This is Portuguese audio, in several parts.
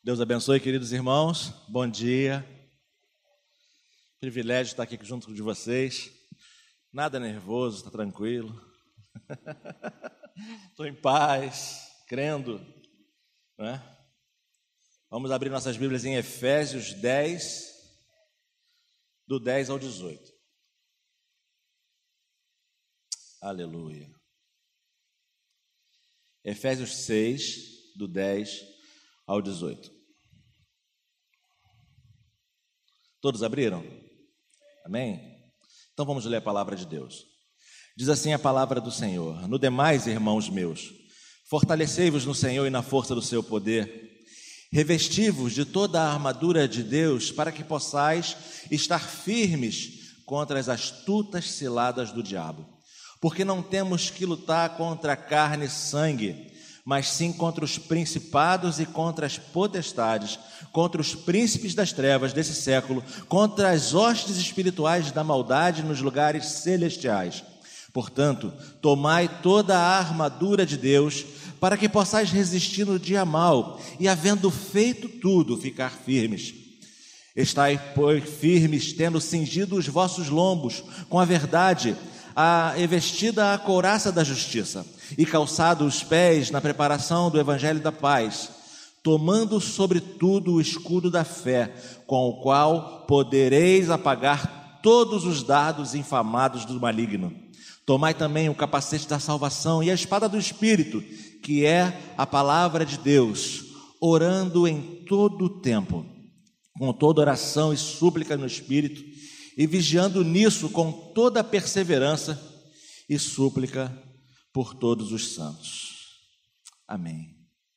Deus abençoe, queridos irmãos. Bom dia. Privilégio estar aqui junto de vocês. Nada nervoso, está tranquilo. Estou em paz, crendo, né? Vamos abrir nossas Bíblias em Efésios 10, do 10 ao 18. Aleluia. Efésios 6, do 10 ao 18. Todos abriram? Amém? Então vamos ler a palavra de Deus. Diz assim a palavra do Senhor: No demais, irmãos meus, fortalecei-vos no Senhor e na força do seu poder. Revesti-vos de toda a armadura de Deus, para que possais estar firmes contra as astutas ciladas do diabo. Porque não temos que lutar contra carne e sangue, mas sim contra os principados e contra as potestades, contra os príncipes das trevas desse século, contra as hostes espirituais da maldade nos lugares celestiais. Portanto, tomai toda a armadura de Deus, para que possais resistir no dia mau, e havendo feito tudo, ficar firmes. Estai, pois, firmes, tendo cingido os vossos lombos com a verdade, revestida a couraça da justiça, e calçado os pés na preparação do evangelho da paz, tomando sobretudo o escudo da fé, com o qual podereis apagar todos os dardos infamados do maligno. Tomai também o capacete da salvação e a espada do Espírito, que é a palavra de Deus, orando em todo o tempo, com toda oração e súplica no Espírito, e vigiando nisso com toda perseverança e súplica por todos os santos. Amém.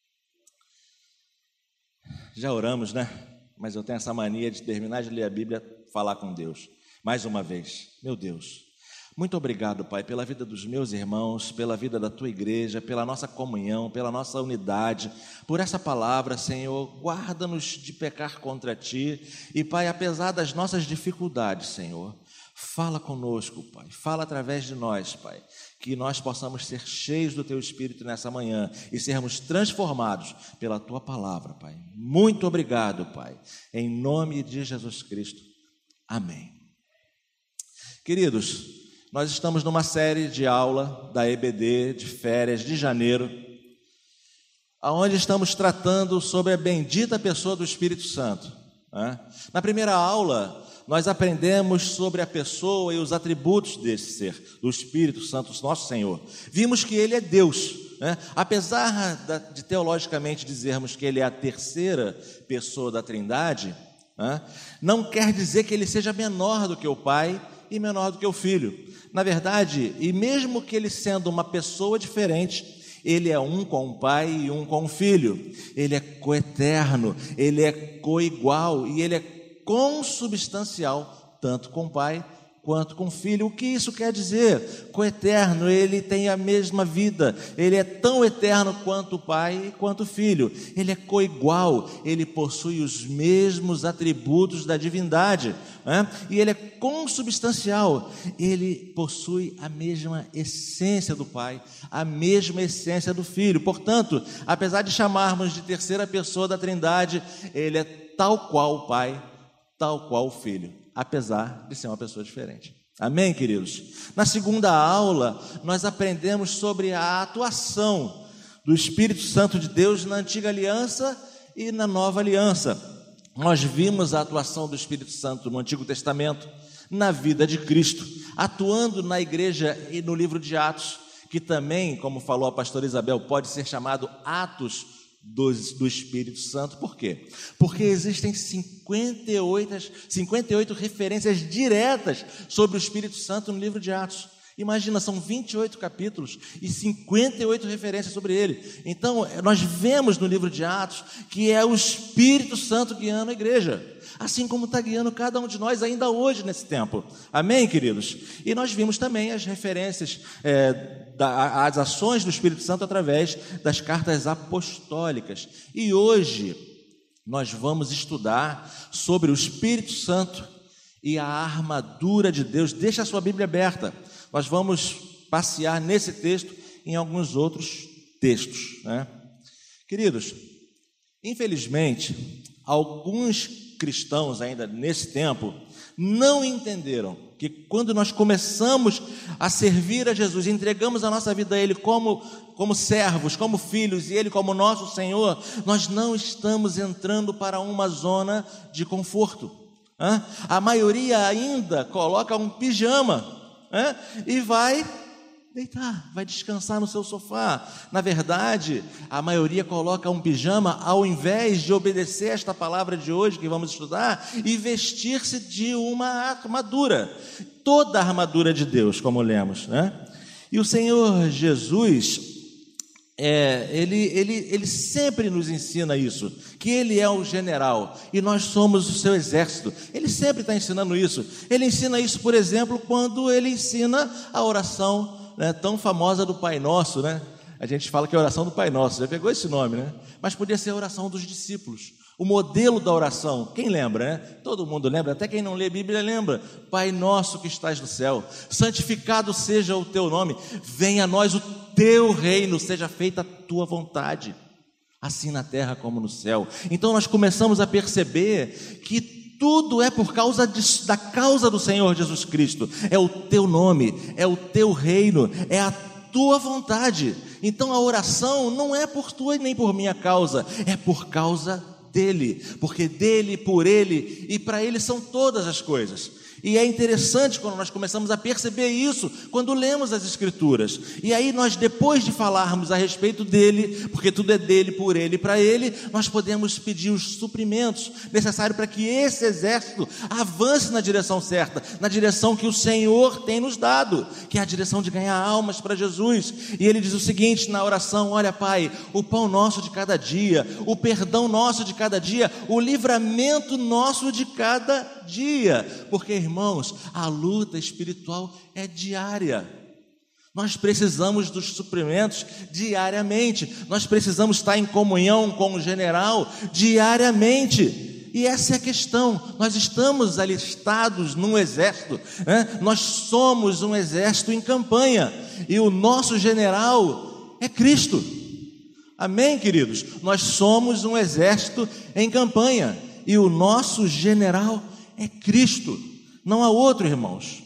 Já oramos, né? Mas eu tenho essa mania de terminar de ler a Bíblia, falar com Deus. Mais uma vez, meu Deus, muito obrigado, Pai, pela vida dos meus irmãos, pela vida da Tua igreja, pela nossa comunhão, pela nossa unidade, por essa palavra, Senhor. Guarda-nos de pecar contra Ti e, Pai, apesar das nossas dificuldades, Senhor, fala conosco, Pai, fala através de nós, Pai, que nós possamos ser cheios do Teu Espírito nessa manhã e sermos transformados pela Tua palavra, Pai. Muito obrigado, Pai, em nome de Jesus Cristo. Amém. Queridos, nós estamos numa série de aula da EBD de férias de janeiro, onde estamos tratando sobre a bendita pessoa do Espírito Santo, né? Na primeira aula, nós aprendemos sobre a pessoa e os atributos desse ser, do Espírito Santo, nosso Senhor. Vimos que Ele é Deus, né? Apesar de teologicamente dizermos que Ele é a terceira pessoa da Trindade, né? Não quer dizer que Ele seja menor do que o Pai e menor do que o Filho. Na verdade, e mesmo que Ele sendo uma pessoa diferente, Ele é um com o Pai e um com o Filho. Ele é coeterno, Ele é coigual e Ele é consubstancial, tanto com o Pai quanto com o Filho. O que isso quer dizer? Coeterno, Ele tem a mesma vida, Ele é tão eterno quanto o Pai e quanto o Filho. Ele é coigual, Ele possui os mesmos atributos da divindade, né? E Ele é consubstancial, Ele possui a mesma essência do Pai, a mesma essência do Filho. Portanto, apesar de chamarmos de terceira pessoa da Trindade, Ele é tal qual o Pai, tal qual o Filho, apesar de ser uma pessoa diferente. Amém, queridos? Na segunda aula, nós aprendemos sobre a atuação do Espírito Santo de Deus na antiga aliança e na nova aliança. Nós vimos a atuação do Espírito Santo no Antigo Testamento, na vida de Cristo, atuando na igreja e no livro de Atos, que também, como falou a pastora Isabel, pode ser chamado Atos do Espírito Santo. Por quê? Porque existem 58 referências diretas sobre o Espírito Santo no livro de Atos. Imagina, são 28 capítulos e 58 referências sobre ele. Então, nós vemos no livro de Atos que é o Espírito Santo guiando a igreja, assim como está guiando cada um de nós ainda hoje nesse tempo. Amém, queridos? E nós vimos também as referências, as ações do Espírito Santo através das cartas apostólicas. E hoje nós vamos estudar sobre o Espírito Santo e a armadura de Deus. Deixa a sua Bíblia aberta. Nós vamos passear nesse texto e em alguns outros textos, né? Queridos, Infelizmente, alguns cristãos ainda nesse tempo não entenderam que quando nós começamos a servir a Jesus, entregamos a nossa vida a Ele como servos, como filhos, e Ele como nosso Senhor, nós não estamos entrando para uma zona de conforto. A maioria ainda coloca um pijama e vai deitar, vai descansar no seu sofá. Na verdade, a maioria coloca um pijama ao invés de obedecer esta palavra de hoje que vamos estudar e vestir-se de uma armadura, toda a armadura de Deus, como lemos, E o Senhor Jesus, ele sempre nos ensina isso, que Ele é o general e nós somos o seu exército. Ele sempre está ensinando isso. Ele ensina isso, por exemplo, quando Ele ensina a oração tão famosa do Pai Nosso, A gente fala que é a oração do Pai Nosso, já pegou esse nome, Mas podia ser a oração dos discípulos, o modelo da oração. Quem lembra, Todo mundo lembra, até quem não lê Bíblia lembra. Pai nosso que estás no céu, santificado seja o teu nome, venha a nós o teu reino, seja feita a tua vontade, assim na terra como no céu. Então nós começamos a perceber que tudo é por causa da causa do Senhor Jesus Cristo. É o teu nome, é o teu reino, é a tua vontade. Então a oração não é por tua e nem por minha causa, é por causa dele, porque dele, por ele e para ele são todas as coisas. E é interessante quando nós começamos a perceber isso, quando lemos as Escrituras. E aí nós, depois de falarmos a respeito dele, porque tudo é dele, por ele e para ele, nós podemos pedir os suprimentos necessários para que esse exército avance na direção certa, na direção que o Senhor tem nos dado, que é a direção de ganhar almas para Jesus. E ele diz o seguinte na oração: olha, Pai, o pão nosso de cada dia, o perdão nosso de cada dia, o livramento nosso de cada dia, porque, irmãos, a luta espiritual é diária. Nós precisamos dos suprimentos diariamente, nós precisamos estar em comunhão com o general diariamente. E essa é a questão. Nós estamos alistados num exército, Nós somos um exército em campanha, e o nosso general é Cristo. Amém, queridos? Nós somos um exército em campanha, e o nosso general é Cristo, não há outro, irmãos.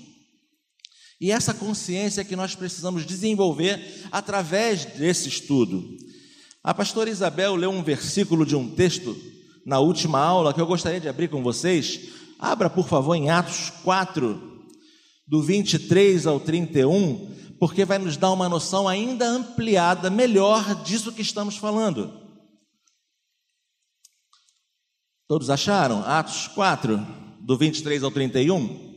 E essa consciência que nós precisamos desenvolver através desse estudo. A pastora Isabel leu um versículo de um texto na última aula que eu gostaria de abrir com vocês. Abra, por favor, em Atos 4, do 23 ao 31, porque vai nos dar uma noção ainda ampliada, melhor disso que estamos falando. Todos acharam? Atos 4, do 23 ao 31.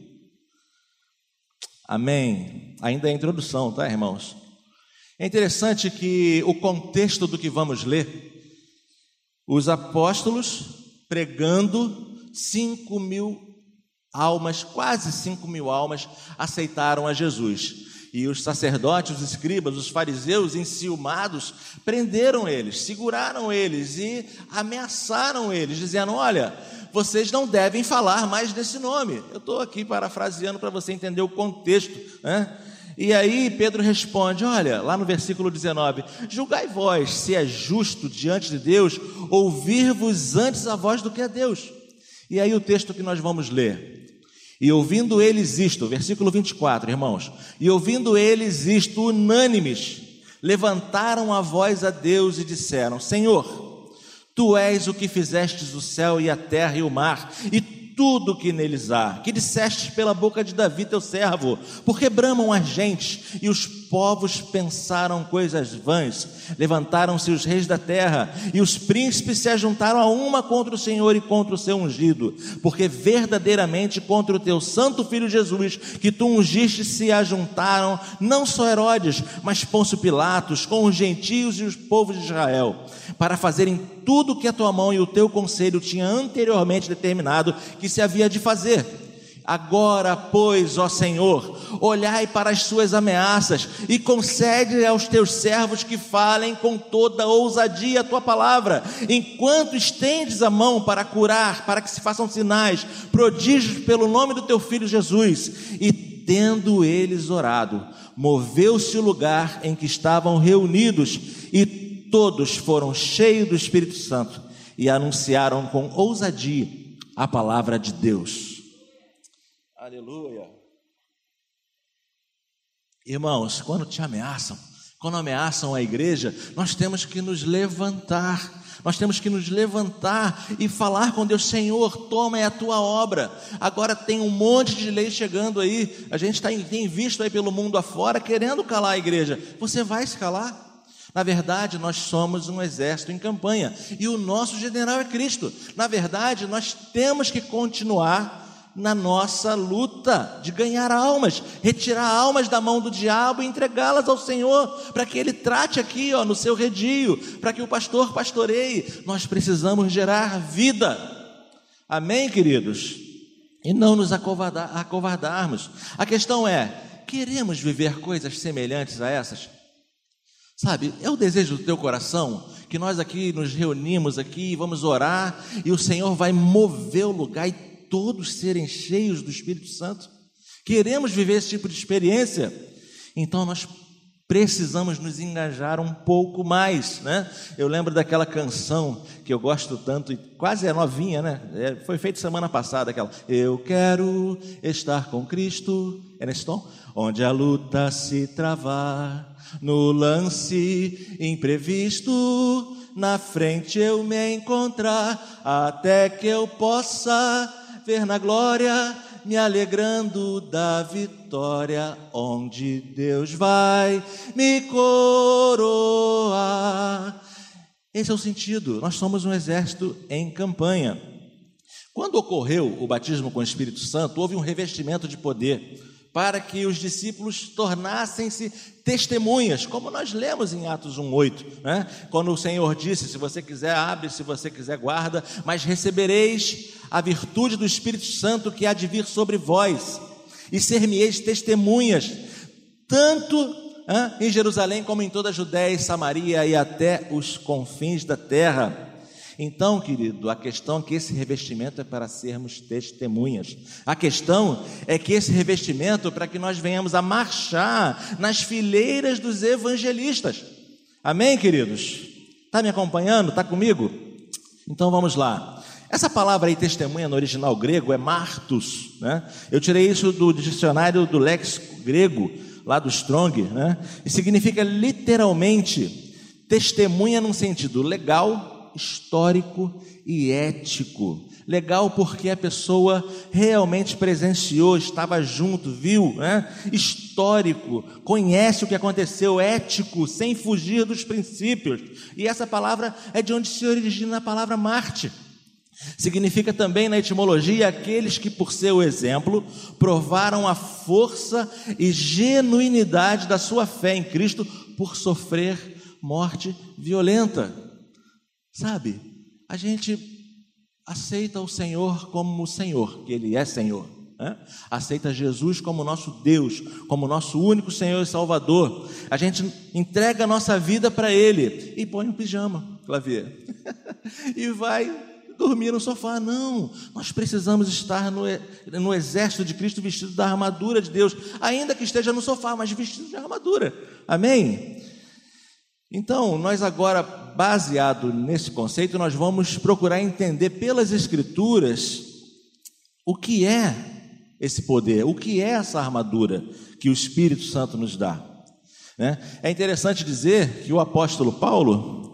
Amém. Ainda é a introdução, tá, irmãos? É interessante que o contexto do que vamos ler, os apóstolos pregando, 5.000 almas, quase 5.000 almas aceitaram a Jesus. E os sacerdotes, os escribas, os fariseus enciumados prenderam eles, seguraram eles e ameaçaram eles, dizendo: olha, vocês não devem falar mais desse nome. Eu estou aqui parafraseando para você entender o contexto, E aí Pedro responde, olha, lá no versículo 19: julgai vós se é justo diante de Deus ouvir-vos antes a voz do que a Deus. E aí o texto que nós vamos ler: e ouvindo eles isto, versículo 24, irmãos, e ouvindo eles isto, unânimes, levantaram a voz a Deus e disseram: Senhor, Tu és o que fizestes o céu e a terra e o mar, e tudo o que neles há, que dissestes pela boca de Davi teu servo, porque bramam as gentes, e os povos pensaram coisas vãs, levantaram-se os reis da terra, e os príncipes se ajuntaram a uma contra o Senhor e contra o seu ungido, porque verdadeiramente contra o teu santo filho Jesus, que tu ungiste, se ajuntaram, não só Herodes, mas Pôncio Pilatos, com os gentios e os povos de Israel, para fazerem tudo o que a tua mão e o teu conselho tinha anteriormente determinado que se havia de fazer. Agora, pois, ó Senhor, olhai para as suas ameaças e concede aos teus servos que falem com toda ousadia a tua palavra, enquanto estendes a mão para curar, para que se façam sinais, prodígios pelo nome do teu filho Jesus. E tendo eles orado, moveu-se o lugar em que estavam reunidos, e todos foram cheios do Espírito Santo e anunciaram com ousadia a palavra de Deus. Aleluia. Irmãos, quando ameaçam a igreja, nós temos que nos levantar. Nós temos que nos levantar e falar com Deus: Senhor, toma é a tua obra. Agora tem um monte de lei chegando aí, a gente tem visto aí pelo mundo afora querendo calar a igreja. Você vai se calar? Na verdade, nós somos um exército em campanha e o nosso general é Cristo. Na verdade, nós temos que continuar na nossa luta de ganhar almas, retirar almas da mão do diabo e entregá-las ao Senhor, para que Ele trate aqui, no seu redil, para que o pastor pastoreie. Nós precisamos gerar vida, amém, queridos? E não nos acovardarmos. A questão é: queremos viver coisas semelhantes a essas? Sabe, é o desejo do teu coração que nós aqui nos reunimos aqui, vamos orar e o Senhor vai mover o lugar e todos serem cheios do Espírito Santo? Queremos viver esse tipo de experiência? Então nós precisamos nos engajar um pouco mais, né? Eu lembro daquela canção que eu gosto tanto, e quase é novinha, né? Foi feita semana passada, aquela: eu quero estar com Cristo, é nesse tom? Onde a luta se travar, no lance imprevisto, na frente eu me encontrar, até que eu possa ver na glória, me alegrando da vitória, onde Deus vai me coroar. Esse é o sentido. Nós somos um exército em campanha. Quando ocorreu o batismo com o Espírito Santo, houve um revestimento de poder para que os discípulos tornassem-se testemunhas, como nós lemos em Atos 1:8, né? Quando o Senhor disse: se você quiser abre, se você quiser guarda, mas recebereis a virtude do Espírito Santo que há de vir sobre vós, e ser-me-eis testemunhas, tanto em Jerusalém como em toda a Judéia e Samaria e até os confins da terra. Então, querido, a questão é que esse revestimento é para sermos testemunhas. A questão é que esse revestimento é para que nós venhamos a marchar nas fileiras dos evangelistas. Amém, queridos? Está me acompanhando? Está comigo? Então vamos lá. Essa palavra aí, testemunha, no original grego é martus, né? Eu tirei isso do dicionário do léxico grego, lá do Strong, né? E significa literalmente testemunha num sentido legal, histórico e ético. Legal porque a pessoa realmente presenciou, estava junto, viu, né? Histórico, conhece o que aconteceu. Ético, sem fugir dos princípios. E essa palavra é de onde se origina a palavra mártir. Significa também na etimologia aqueles que por seu exemplo provaram a força e genuinidade da sua fé em Cristo por sofrer morte violenta. Sabe, a gente aceita o Senhor como o Senhor, que Ele é Senhor, né? Aceita Jesus como nosso Deus, como nosso único Senhor e Salvador. A gente entrega a nossa vida para Ele e põe um pijama, Clavier, e vai dormir no sofá. Não, nós precisamos estar no exército de Cristo, vestido da armadura de Deus, ainda que esteja no sofá, mas vestido de armadura. Amém? Então, nós agora, baseado nesse conceito, nós vamos procurar entender pelas Escrituras o que é esse poder, o que é essa armadura que o Espírito Santo nos dá, né? É interessante dizer que o apóstolo Paulo,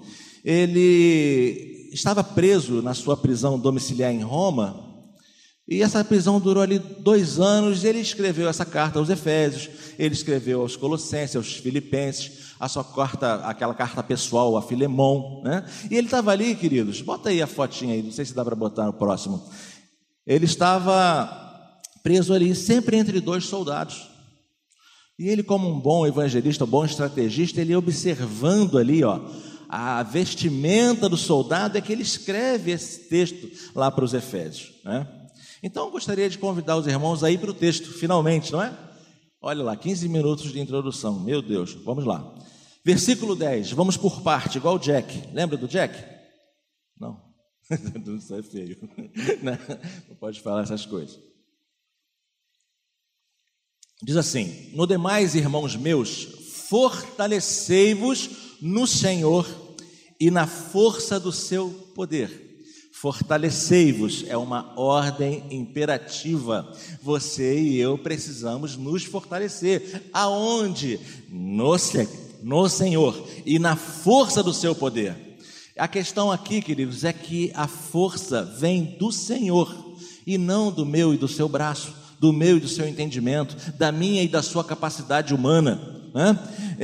ele estava preso na sua prisão domiciliar em Roma, e essa prisão durou ali 2 anos. Ele escreveu essa carta aos Efésios, ele escreveu aos Colossenses, aos Filipenses, a sua carta, aquela carta pessoal a Filemon, né? E ele estava ali, queridos, bota aí a fotinha aí, não sei se dá para botar no próximo. Ele estava preso ali, sempre entre 2 soldados. E ele, como um bom evangelista, um bom estrategista, ele ia observando ali, a vestimenta do soldado, é que ele escreve esse texto lá para os Efésios, né? Então eu gostaria de convidar os irmãos a ir para o texto, finalmente, não é? Olha lá, 15 minutos de introdução, meu Deus, vamos lá. Versículo 10, vamos por parte, igual o Jack. Lembra do Jack? Não, isso é feio, não pode falar essas coisas. Diz assim: no demais, irmãos meus, fortalecei-vos no Senhor e na força do seu poder. Fortalecei-vos é uma ordem imperativa. Você e eu precisamos nos fortalecer. Aonde? No Senhor e na força do seu poder. A questão aqui, queridos, é que a força vem do Senhor e não do meu e do seu braço, do meu e do seu entendimento, da minha e da sua capacidade humana, né?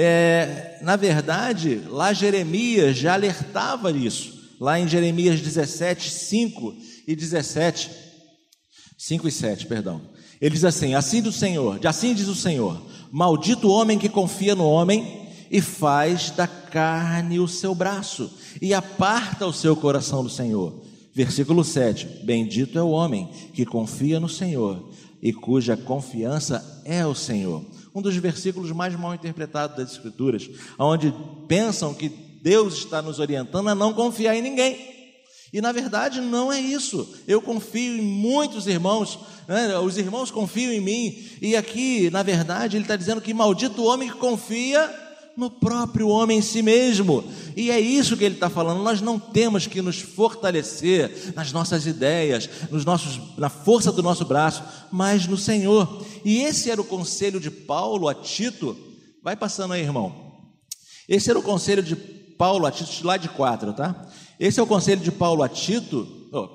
Na verdade, lá Jeremias já alertava isso. Lá em Jeremias 17, 5 e 17, 5 e 7, perdão. Ele diz assim: assim diz o Senhor, maldito o homem que confia no homem e faz da carne o seu braço e aparta o seu coração do Senhor. Versículo 7, bendito é o homem que confia no Senhor e cuja confiança é o Senhor. Um dos versículos mais mal interpretados das Escrituras, onde pensam que Deus está nos orientando a não confiar em ninguém. E na verdade não é isso. Eu confio em muitos irmãos, né? Os irmãos confiam em mim. E aqui, na verdade, ele está dizendo que maldito o homem que confia no próprio homem em si mesmo. E é isso que ele está falando. Nós não temos que nos fortalecer nas nossas ideias, na força do nosso braço, mas no Senhor. E esse era o conselho de Paulo a Tito. Vai passando aí, irmão. Esse era o conselho de Paulo a Tito, slide 4, tá? Esse é o conselho de Paulo a Tito,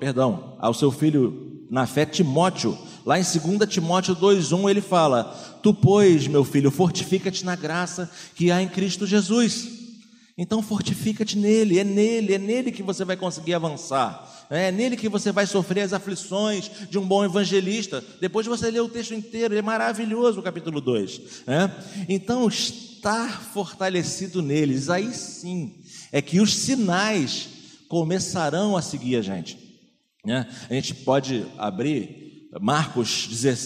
ao seu filho na fé Timóteo. Lá em 2 Timóteo 2,1 ele fala: tu, pois, meu filho, fortifica-te na graça que há em Cristo Jesus. Então fortifica-te nele, é nele que você vai conseguir avançar, é nele que você vai sofrer as aflições de um bom evangelista. Depois de você ler o texto inteiro, é maravilhoso o capítulo 2, né? Então estar fortalecido neles, aí sim é que os sinais começarão a seguir a gente, né? A gente pode abrir Marcos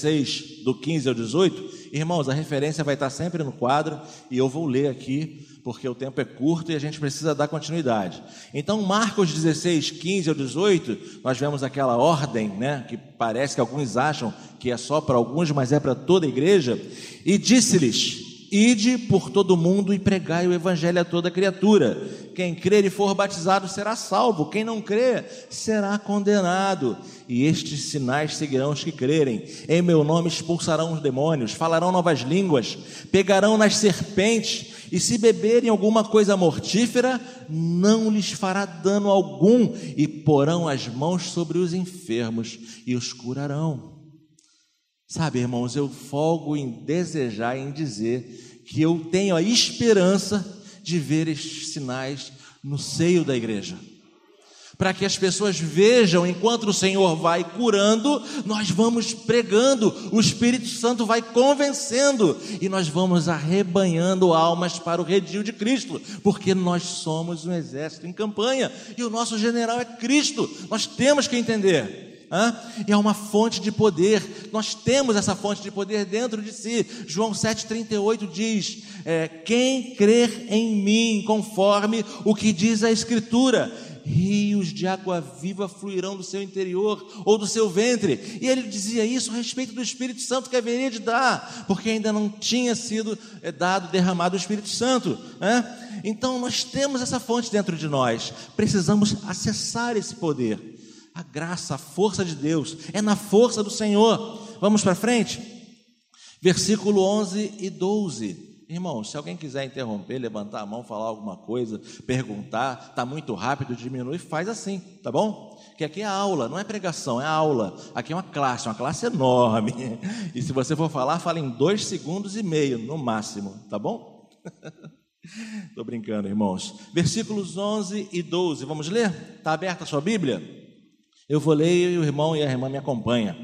16, do 15 ao 18. Irmãos, a referência vai estar sempre no quadro e eu vou ler aqui, porque o tempo é curto e a gente precisa dar continuidade. Então, Marcos 16, 15 ao 18, nós vemos aquela ordem, né, que parece que alguns acham que é só para alguns, mas é para toda a igreja. E disse-lhes: ide por todo o mundo e pregai o evangelho a toda criatura. Quem crer e for batizado será salvo, quem não crer será condenado. E estes sinais seguirão os que crerem: em meu nome expulsarão os demônios, falarão novas línguas, pegarão nas serpentes, e se beberem alguma coisa mortífera, não lhes fará dano algum, e porão as mãos sobre os enfermos e os curarão. Sabe, irmãos, eu folgo em desejar, em dizer que eu tenho a esperança de ver estes sinais no seio da igreja, para que as pessoas vejam, enquanto o Senhor vai curando, nós vamos pregando, o Espírito Santo vai convencendo, e nós vamos arrebanhando almas para o redil de Cristo, porque nós somos um exército em campanha, e o nosso general é Cristo. Nós temos que entender. E é uma fonte de poder, nós temos essa fonte de poder dentro de si. João 7,38 diz: quem crer em mim, conforme o que diz a Escritura, rios de água viva fluirão do seu interior ou do seu ventre. E ele dizia isso a respeito do Espírito Santo que haveria de dar, porque ainda não tinha sido derramado o Espírito Santo, né? Então nós temos essa fonte dentro de nós, precisamos acessar esse poder. A graça, a força de Deus é na força do Senhor. Vamos para frente? Versículo 11 e 12. Irmão, se alguém quiser interromper, levantar a mão, falar alguma coisa, perguntar, está muito rápido, diminui, faz assim, tá bom? Que aqui é aula, não é pregação, é aula. Aqui é uma classe enorme. E se você for falar, fala em 2 segundos e meio, no máximo, tá bom? Estou brincando, irmãos. Versículos 11 e 12, vamos ler? Está aberta a sua Bíblia? Eu vou ler e o irmão e a irmã me acompanham.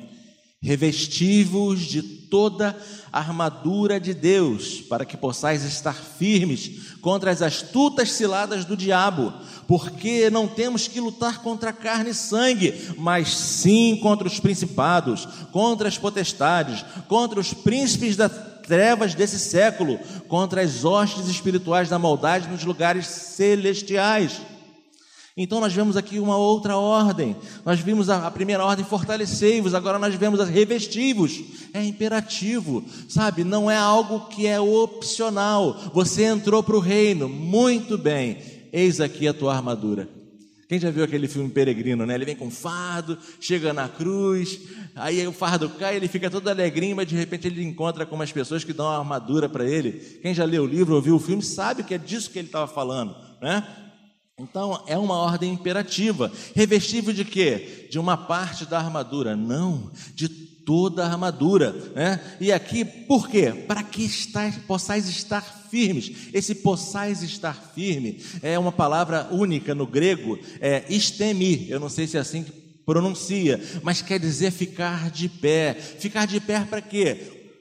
Revesti-vos de toda a armadura de Deus, para que possais estar firmes contra as astutas ciladas do diabo, porque não temos que lutar contra carne e sangue, mas sim contra os principados, contra as potestades, contra os príncipes das trevas desse século, contra as hostes espirituais da maldade nos lugares celestiais. Então nós vemos aqui uma outra ordem. Nós vimos a primeira ordem, fortalecei-vos. Agora nós vemos a revesti-vos. É imperativo, sabe? Não é algo que é opcional. Você entrou para o reino, muito bem, eis aqui a tua armadura. Quem já viu aquele filme Peregrino, né? Ele vem com um fardo, chega na cruz, aí o fardo cai, ele fica todo alegrinho, mas de repente ele encontra com umas pessoas que dão uma armadura para ele. Quem já leu o livro ou viu o filme sabe que é disso que ele estava falando, né? Então, é uma ordem imperativa. Revestível de quê? De uma parte da armadura. Não, de toda a armadura, né? E aqui, por quê? Para que possais estar firmes. Esse possais estar firme é uma palavra única no grego, é istemi. Eu não sei se é assim que pronuncia, mas quer dizer ficar de pé. Ficar de pé para quê?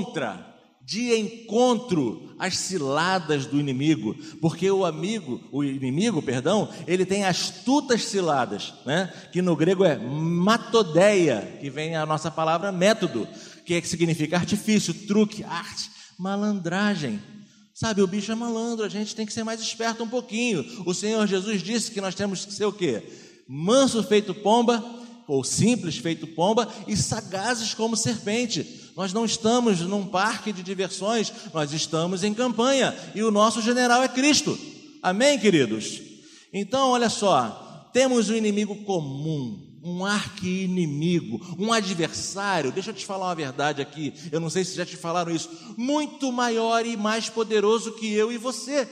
De encontro às ciladas do inimigo, porque o inimigo, ele tem astutas ciladas, né? Que no grego é matodeia, que vem a nossa palavra método, que significa artifício, truque, arte, malandragem. Sabe, o bicho é malandro, a gente tem que ser mais esperto um pouquinho. O Senhor Jesus disse que nós temos que ser o quê? Manso feito pomba, ou simples feito pomba, e sagazes como serpente. Nós não estamos num parque de diversões, nós estamos em campanha, e o nosso general é Cristo. Amém, queridos? Então, olha só, temos um inimigo comum, um arqui-inimigo, um adversário. Deixa eu te falar uma verdade aqui, eu não sei se já te falaram isso, muito maior e mais poderoso que eu e você,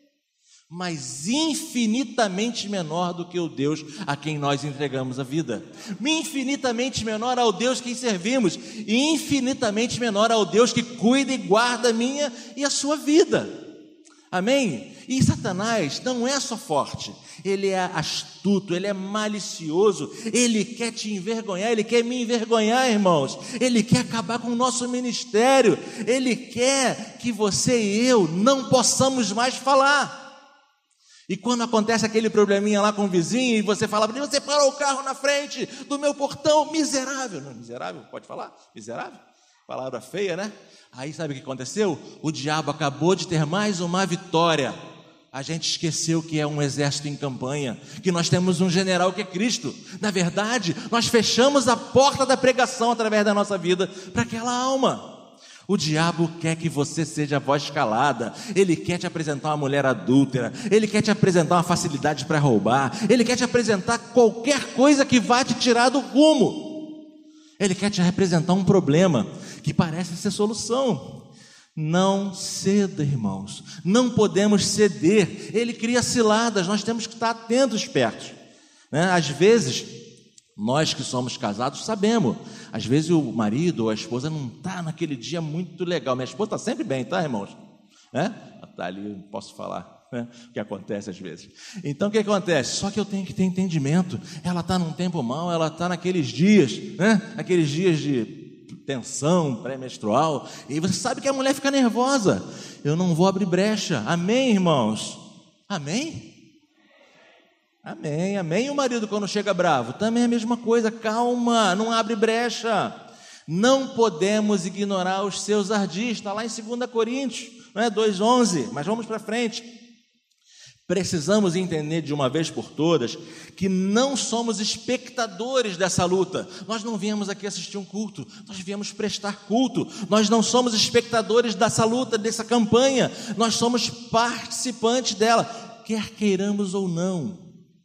mas infinitamente menor do que o Deus a quem nós entregamos a vida, infinitamente menor ao Deus que servimos, e infinitamente menor ao Deus que cuida e guarda a minha e a sua vida. Amém? E Satanás não é só forte, ele é astuto, ele é malicioso, ele quer te envergonhar, ele quer me envergonhar, irmãos, ele quer acabar com o nosso ministério, ele quer que você e eu não possamos mais falar. E quando acontece aquele probleminha lá com o vizinho, e você fala, você parou o carro na frente do meu portão, miserável. Não, miserável, pode falar? Miserável? Palavra feia, né? Aí sabe o que aconteceu? O diabo acabou de ter mais uma vitória. A gente esqueceu que é um exército em campanha, que nós temos um general que é Cristo. Na verdade, nós fechamos a porta da pregação através da nossa vida para aquela alma. O diabo quer que você seja a voz calada, ele quer te apresentar uma mulher adúltera, ele quer te apresentar uma facilidade para roubar, ele quer te apresentar qualquer coisa que vá te tirar do rumo, ele quer te representar um problema que parece ser solução. Não ceda, irmãos, não podemos ceder, ele cria ciladas, nós temos que estar atentos, espertos, né? Às vezes, nós que somos casados sabemos, às vezes o marido ou a esposa não está naquele dia muito legal. Minha esposa está sempre bem, tá, irmãos? Ela está ali, não posso falar, né? O que acontece às vezes. Então o que acontece? Só que eu tenho que ter entendimento. Ela está num tempo mau, ela está naqueles dias, né? Aqueles dias de tensão pré-menstrual, e você sabe que a mulher fica nervosa. Eu não vou abrir brecha. Amém, irmãos? Amém? Amém, amém. E o marido quando chega bravo? Também é a mesma coisa, calma, não abre brecha. Não podemos ignorar os seus ardis, está lá em 2 Coríntios, não é? 2:11, mas vamos para frente. Precisamos entender de uma vez por todas que não somos espectadores dessa luta. Nós não viemos aqui assistir um culto, nós viemos prestar culto. Nós não somos espectadores dessa luta, dessa campanha, nós somos participantes dela, quer queiramos ou não.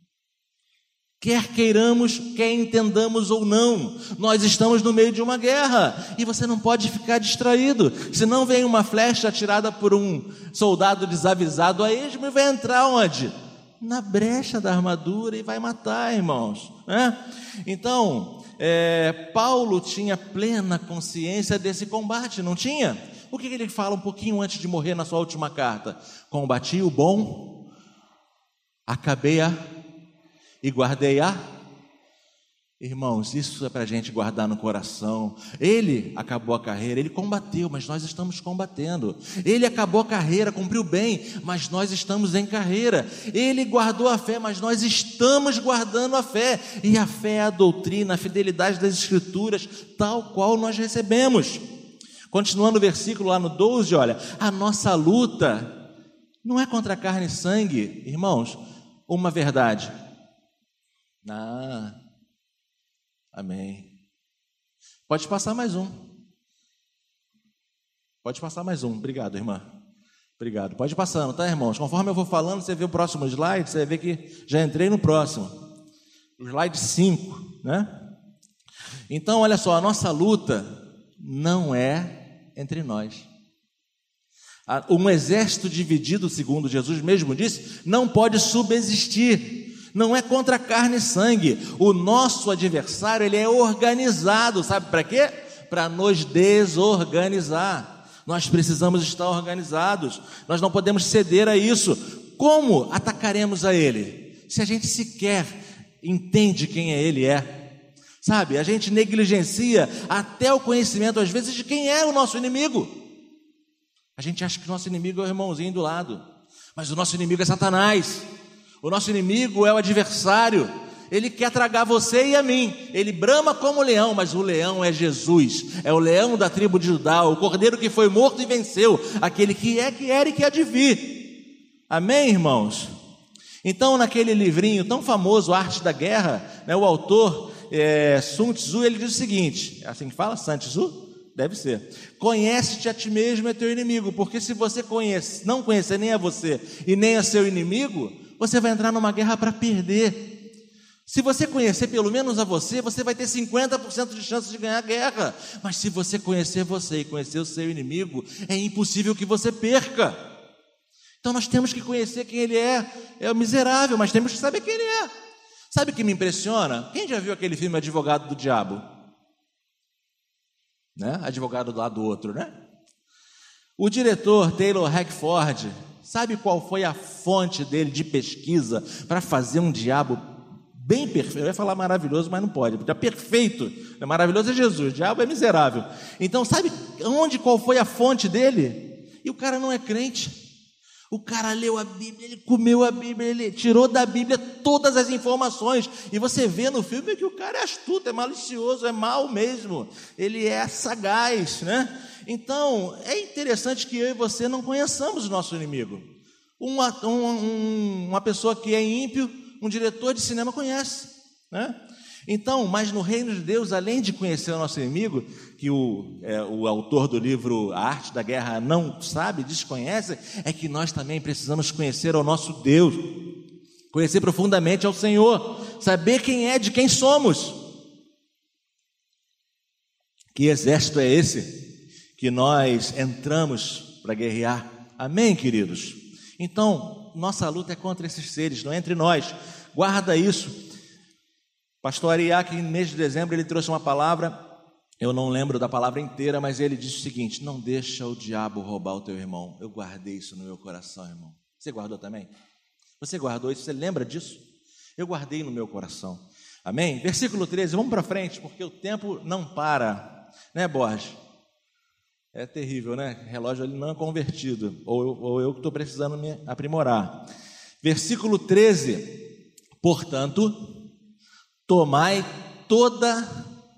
Quer queiramos, quer entendamos ou não, nós estamos no meio de uma guerra, e você não pode ficar distraído, senão vem uma flecha atirada por um soldado desavisado a esmo e vai entrar onde? Na brecha da armadura e vai matar, irmãos, né? Então, Paulo tinha plena consciência desse combate, não tinha? O que ele fala um pouquinho antes de morrer na sua última carta? Combati o bom, acabei e guardei Irmãos, isso é para a gente guardar no coração. Ele acabou a carreira, ele combateu, mas nós estamos combatendo. Ele acabou a carreira, cumpriu bem, mas nós estamos em carreira. Ele guardou a fé, mas nós estamos guardando a fé. E a fé é a doutrina, a fidelidade das Escrituras, tal qual nós recebemos. Continuando o versículo lá no 12, olha, a nossa luta não é contra carne e sangue, irmãos, uma verdade. Amém. Pode passar mais um. Obrigado, irmã. Obrigado. Pode ir passando, tá, irmãos? Conforme eu vou falando, você vê o próximo slide, você vai ver que já entrei no próximo. O slide 5, né? Então, olha só, a nossa luta não é entre nós. Um exército dividido, segundo Jesus mesmo disse, não pode subsistir. Não é contra carne e sangue. O nosso adversário, ele é organizado. Sabe para quê? Para nos desorganizar. Nós precisamos estar organizados. Nós não podemos ceder a isso. Como atacaremos a ele? Se a gente sequer entende quem ele é. Sabe, a gente negligencia até o conhecimento, às vezes, de quem é o nosso inimigo. A gente acha que o nosso inimigo é o irmãozinho do lado. Mas o nosso inimigo é Satanás. O nosso inimigo é o adversário. Ele quer tragar você e a mim. Ele brama como leão, mas o leão é Jesus. É o leão da tribo de Judá, o cordeiro que foi morto e venceu. Aquele que é, que era e que há de vir. Amém, irmãos? Então, naquele livrinho tão famoso, Arte da Guerra, né, o autor Sun Tzu, ele diz o seguinte, assim que fala, Sun Tzu? Deve ser. Conhece-te a ti mesmo e a teu inimigo, porque se você não conhecer nem a você e nem a seu inimigo, você vai entrar numa guerra para perder. Se você conhecer pelo menos a você, você vai ter 50% de chance de ganhar a guerra. Mas se você conhecer você e conhecer o seu inimigo, é impossível que você perca. Então nós temos que conhecer quem ele é. É o miserável, mas temos que saber quem ele é. Sabe o que me impressiona? Quem já viu aquele filme Advogado do Diabo? Né? Advogado do lado do outro, né? O diretor Taylor Hackford, sabe qual foi a fonte dele de pesquisa para fazer um diabo bem perfeito? Eu ia falar maravilhoso, mas não pode, porque é perfeito. Maravilhoso é Jesus, o diabo é miserável. Então, sabe qual foi a fonte dele? E o cara não é crente. O cara leu a Bíblia, ele comeu a Bíblia, ele tirou da Bíblia todas as informações. E você vê no filme que o cara é astuto, é malicioso, é mau mesmo. Ele é sagaz, né? Então, é interessante que eu e você não conheçamos o nosso inimigo. Uma pessoa que é ímpio, um diretor de cinema conhece, né? Então, mas no reino de Deus, além de conhecer o nosso inimigo, que o autor do livro A Arte da Guerra não sabe, desconhece, é que nós também precisamos conhecer ao nosso Deus, conhecer profundamente ao Senhor, saber quem é, de quem somos. Que exército é esse que nós entramos para guerrear? Amém, queridos? Então, nossa luta é contra esses seres, não é entre nós. Guarda isso. Pastor Ariac, em mês de dezembro, ele trouxe uma palavra, eu não lembro da palavra inteira, mas ele disse o seguinte: não deixa o diabo roubar o teu irmão. Eu guardei isso no meu coração, irmão. Você guardou também? Você guardou isso? Você lembra disso? Eu guardei no meu coração. Amém? Versículo 13, vamos para frente, porque o tempo não para, né, Borges? É terrível, né? O relógio ali não é convertido, ou eu que estou precisando me aprimorar. Versículo 13, portanto, tomai toda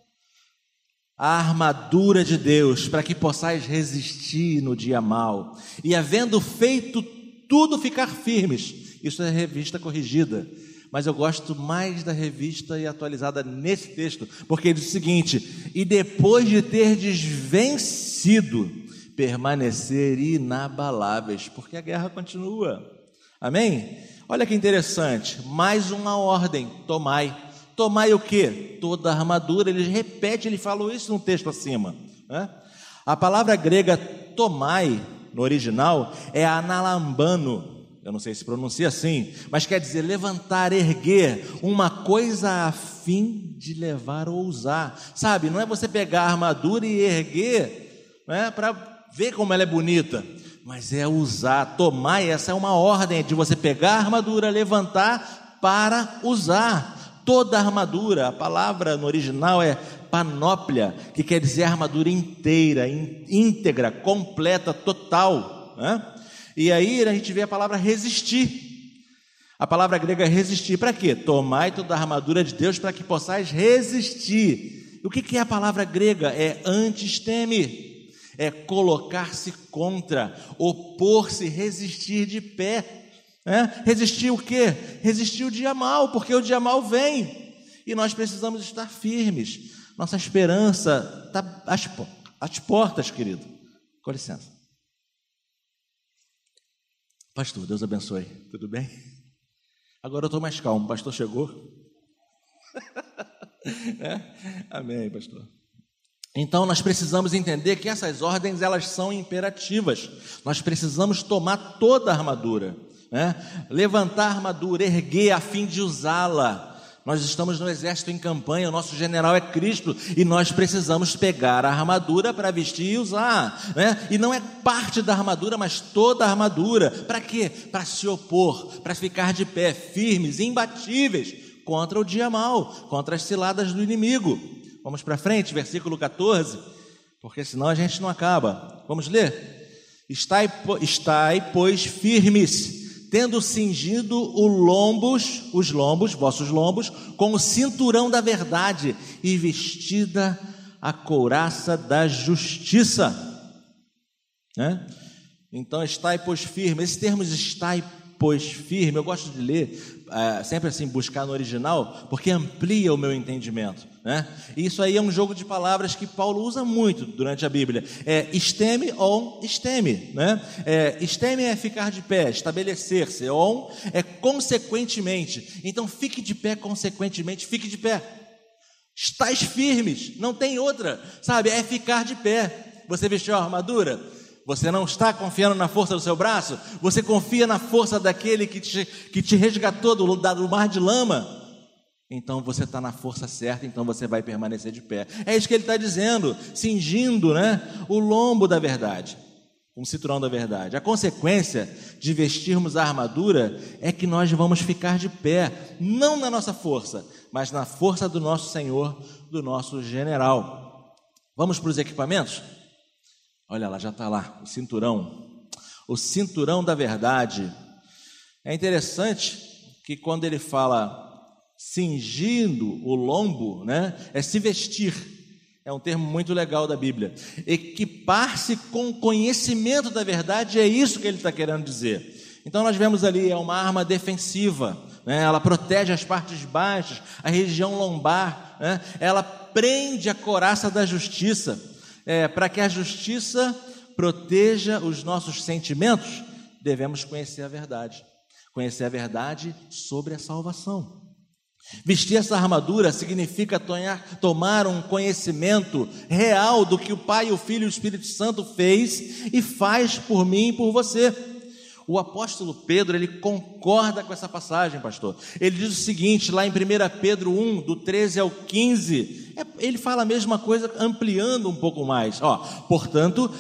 a armadura de Deus, para que possais resistir no dia mau, e havendo feito tudo, ficar firmes. Isso é revista corrigida, mas eu gosto mais da revista e atualizada nesse texto, porque diz o seguinte: e depois de terdes vencido, permanecer inabaláveis, porque a guerra continua. Amém? Olha que interessante, mais uma ordem: tomai. Tomai o quê? Toda a armadura. Ele repete, ele falou isso no texto acima, né? A palavra grega tomai, no original, é analambano. Eu não sei se pronuncia assim, mas quer dizer levantar, erguer, uma coisa a fim de levar ou usar. Sabe, não é você pegar a armadura e erguer, né, para ver como ela é bonita, mas é usar. Tomai, essa é uma ordem de você pegar a armadura, levantar para usar. Toda a armadura, a palavra no original é panóplia, que quer dizer armadura inteira, íntegra, completa, total, né? E aí a gente vê a palavra resistir. A palavra grega é resistir para quê? Tomai toda a armadura de Deus para que possais resistir. O que é a palavra grega? É antisteme, é colocar-se contra, opor-se, resistir de pé. Resistir o quê? Resistir o dia mau, porque o dia mau vem e nós precisamos estar firmes. Nossa esperança está às portas, querido. Com licença. Pastor, Deus abençoe. Tudo bem? Agora eu estou mais calmo. O pastor chegou. Amém, pastor. Então nós precisamos entender que essas ordens, elas são imperativas. Nós precisamos tomar toda a armadura, levantar a armadura, erguer a fim de usá-la. Nós estamos no exército em campanha, o nosso general é Cristo, e nós precisamos pegar a armadura para vestir e usar, E não é parte da armadura, mas toda a armadura. Para quê? Para se opor, para ficar de pé, firmes, imbatíveis, contra o dia mau, contra as ciladas do inimigo. Vamos para frente, versículo 14, porque senão a gente não acaba. Vamos ler? Estai, pois, firmes, tendo cingido os lombos, vossos lombos, com o cinturão da verdade e vestida a couraça da justiça. Então, estai, pois, firme. Esse termo estai, pois, firme, eu gosto de ler, sempre assim, buscar no original, porque amplia o meu entendimento, Isso aí é um jogo de palavras que Paulo usa muito durante a Bíblia. Esteme ou esteme, Esteme é ficar de pé, estabelecer-se. On é consequentemente. Então fique de pé, consequentemente, fique de pé. Estais firmes, não tem outra, sabe? É ficar de pé. Você vestiu a armadura? Você não está confiando na força do seu braço? Você confia na força daquele que te resgatou do mar de lama? Então você está na força certa, então você vai permanecer de pé. É isso que ele está dizendo, cingindo, o lombo da verdade, um cinturão da verdade. A consequência de vestirmos a armadura é que nós vamos ficar de pé, não na nossa força, mas na força do nosso Senhor, do nosso general. Vamos para os equipamentos? Olha lá, já está lá, o cinturão da verdade. É interessante que quando ele fala cingindo o lombo, é se vestir, é um termo muito legal da Bíblia. Equipar-se com conhecimento da verdade, é isso que ele está querendo dizer. Então nós vemos ali, é uma arma defensiva, ela protege as partes baixas, a região lombar, ela prende a couraça da justiça. Para que a justiça proteja os nossos sentimentos, devemos conhecer a verdade sobre a salvação. Vestir essa armadura significa tomar um conhecimento real do que o Pai, o Filho e o Espírito Santo fez e faz por mim e por você. O apóstolo Pedro, ele concorda com essa passagem, pastor. Ele diz o seguinte, lá em 1 Pedro 1, do 13 ao 15, ele fala a mesma coisa, ampliando um pouco mais. Portanto,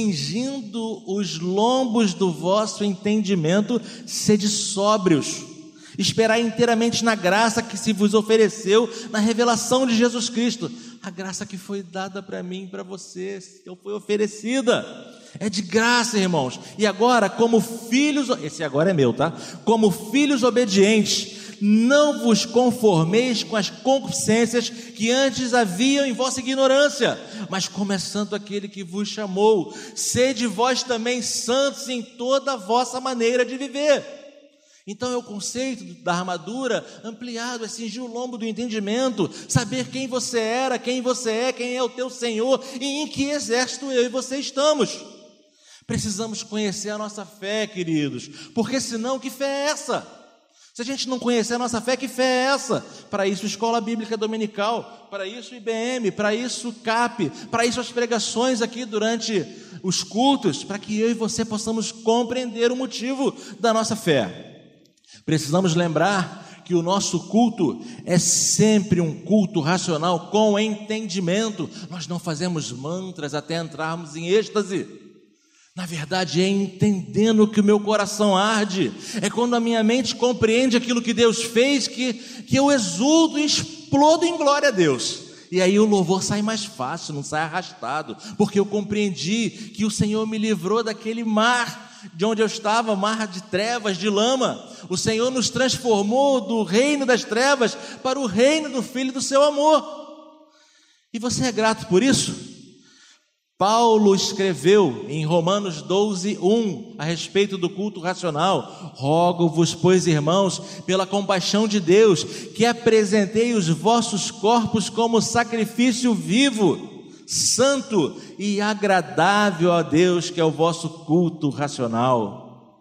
cingindo os lombos do vosso entendimento, sede sóbrios. Esperai inteiramente na graça que se vos ofereceu na revelação de Jesus Cristo. A graça que foi dada para mim e para você, que foi oferecida. É de graça, irmãos. E agora, como filhos, esse agora é meu, tá? Como filhos obedientes, não vos conformeis com as concupiscências que antes haviam em vossa ignorância, mas como é santo aquele que vos chamou, sede vós também santos em toda a vossa maneira de viver. Então é o conceito da armadura ampliado, é cingir o lombo do entendimento, saber quem você era, quem você é, quem é o teu Senhor e em que exército eu e você estamos. Precisamos conhecer a nossa fé, queridos, porque senão que fé é essa? Se a gente não conhecer a nossa fé, que fé é essa? Para isso Escola Bíblica Dominical, para isso IBM, para isso CAP, para isso as pregações aqui durante os cultos, para que eu e você possamos compreender o motivo da nossa fé. Precisamos lembrar que o nosso culto é sempre um culto racional com entendimento. Nós não fazemos mantras até entrarmos em êxtase. Na verdade é entendendo que o meu coração arde, é quando a minha mente compreende aquilo que Deus fez, que eu exulto e explodo em glória a Deus. E aí o louvor sai mais fácil, não sai arrastado, porque eu compreendi que o Senhor me livrou daquele mar de onde eu estava, mar de trevas, de lama. O Senhor nos transformou do reino das trevas para o reino do Filho do seu amor. E você é grato por isso? Paulo escreveu em Romanos 12, 1, a respeito do culto racional: rogo-vos, pois, irmãos, pela compaixão de Deus, que apresentei os vossos corpos como sacrifício vivo, santo e agradável a Deus, que é o vosso culto racional.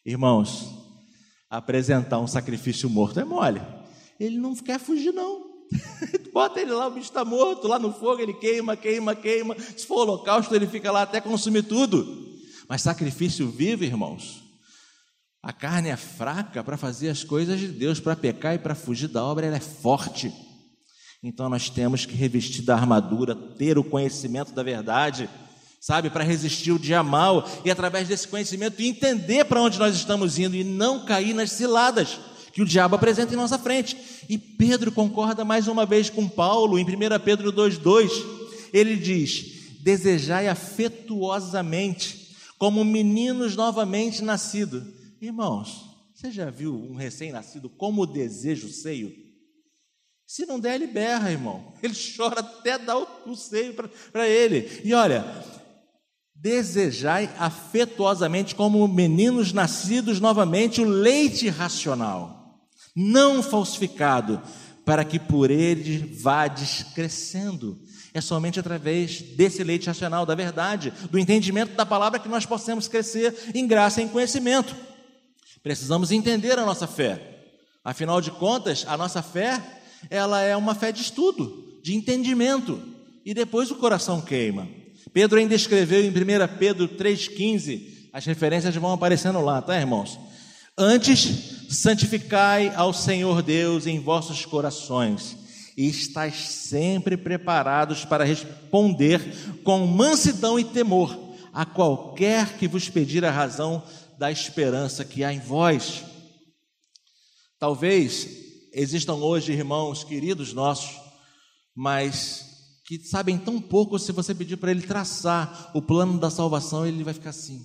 Irmãos, apresentar um sacrifício morto é mole. Ele não quer fugir, não. Bota ele lá, o bicho está morto, lá no fogo ele queima. Se for holocausto, ele fica lá até consumir tudo. Mas sacrifício vivo, irmãos, a carne é fraca para fazer as coisas de Deus, para pecar e para fugir da obra, ela é forte. Então nós temos que revestir da armadura, ter o conhecimento da verdade, sabe, para resistir o dia mal, e através desse conhecimento entender para onde nós estamos indo e não cair nas ciladas que o diabo apresenta em nossa frente. E Pedro concorda mais uma vez com Paulo, em 1 Pedro 2,2, ele diz: desejai afetuosamente, como meninos novamente nascidos. Irmãos, você já viu um recém-nascido como deseja o seio? Se não der, ele berra, irmão. Ele chora até dar o seio para ele. E olha, desejai afetuosamente como meninos nascidos novamente o leite racional, não falsificado, para que por ele vades crescendo. É somente através desse leite racional, da verdade, do entendimento da palavra, que nós possamos crescer em graça e em conhecimento. Precisamos entender a nossa fé. Afinal de contas, a nossa fé, ela é uma fé de estudo, de entendimento, e depois o coração queima. Pedro ainda escreveu em 1 Pedro 3,15, as referências vão aparecendo lá, tá, irmãos? Antes, santificai ao Senhor Deus em vossos corações, e estais sempre preparados para responder com mansidão e temor a qualquer que vos pedir a razão da esperança que há em vós. Talvez existam hoje irmãos queridos nossos, mas que sabem tão pouco. Se você pedir para ele traçar o plano da salvação, ele vai ficar assim: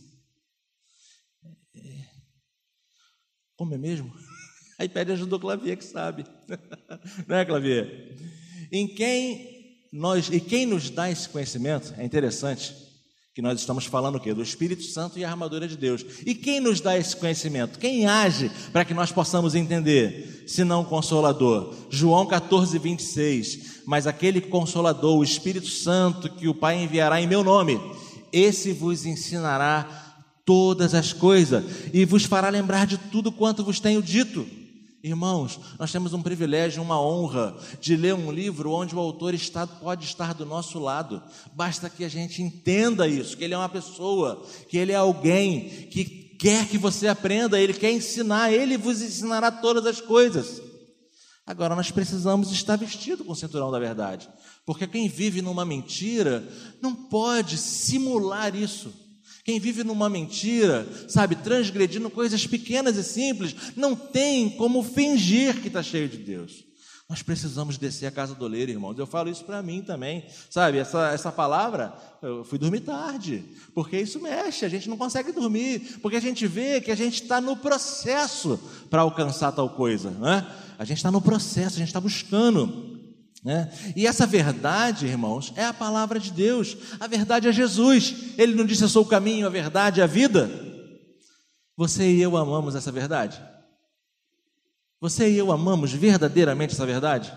como é mesmo? Aí pede ajuda ao Clavier, que sabe. Não é, Clavier? E quem nos dá esse conhecimento, é interessante que nós estamos falando o quê? Do Espírito Santo e a armadura de Deus. E quem nos dá esse conhecimento? Quem age para que nós possamos entender? Senão o Consolador. João 14:26. Mas aquele Consolador, o Espírito Santo, que o Pai enviará em meu nome, esse vos ensinará todas as coisas e vos fará lembrar de tudo quanto vos tenho dito. Irmãos, nós temos um privilégio, uma honra de ler um livro onde o autor pode estar do nosso lado. Basta que a gente entenda isso, que ele é uma pessoa, que ele é alguém que quer que você aprenda, ele quer ensinar, ele vos ensinará todas as coisas. Agora nós precisamos estar vestido com o cinturão da verdade, porque quem vive numa mentira não pode simular isso. Quem vive numa mentira, sabe, transgredindo coisas pequenas e simples, não tem como fingir que está cheio de Deus. Nós precisamos descer a casa do oleiro, irmãos. Eu falo isso para mim também, sabe, essa palavra, eu fui dormir tarde, porque isso mexe, a gente não consegue dormir, porque a gente vê que a gente está no processo para alcançar tal coisa, né? A gente está no processo, a gente está buscando, né? E essa verdade, irmãos, é a palavra de Deus. A verdade é Jesus. Ele não disse: eu sou o caminho, a verdade e a vida. Você e eu amamos essa verdade? Você e eu amamos verdadeiramente essa verdade?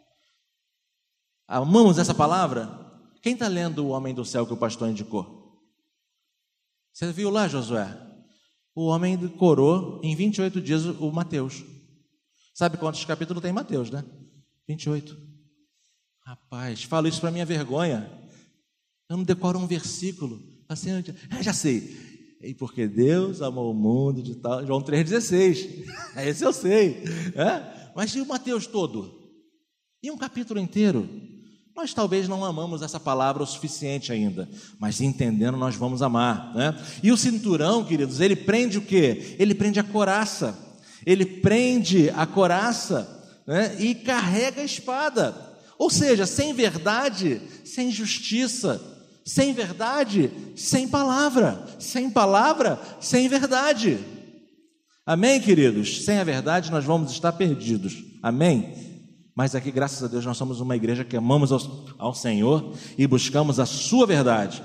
Amamos essa palavra? Quem está lendo O Homem do Céu que o pastor indicou? Você viu lá, Josué? O homem decorou em 28 dias o Mateus. Sabe quantos capítulos tem Mateus, né? 28. Rapaz, falo isso para minha vergonha. Eu não decoro um versículo assim, já sei. E porque Deus amou o mundo de tal, João 3,16. Esse eu sei, Mas e o Mateus todo? E um capítulo inteiro? Nós talvez não amamos essa palavra o suficiente ainda, mas entendendo nós vamos amar, né? E o cinturão, queridos, ele prende o quê? Ele prende a couraça. Ele prende a couraça, né? E carrega a espada. Ou seja, sem verdade, sem justiça, sem verdade, sem palavra, sem verdade. Amém, queridos? Sem a verdade nós vamos estar perdidos, amém? Mas aqui, graças a Deus, nós somos uma igreja que amamos ao Senhor e buscamos a sua verdade.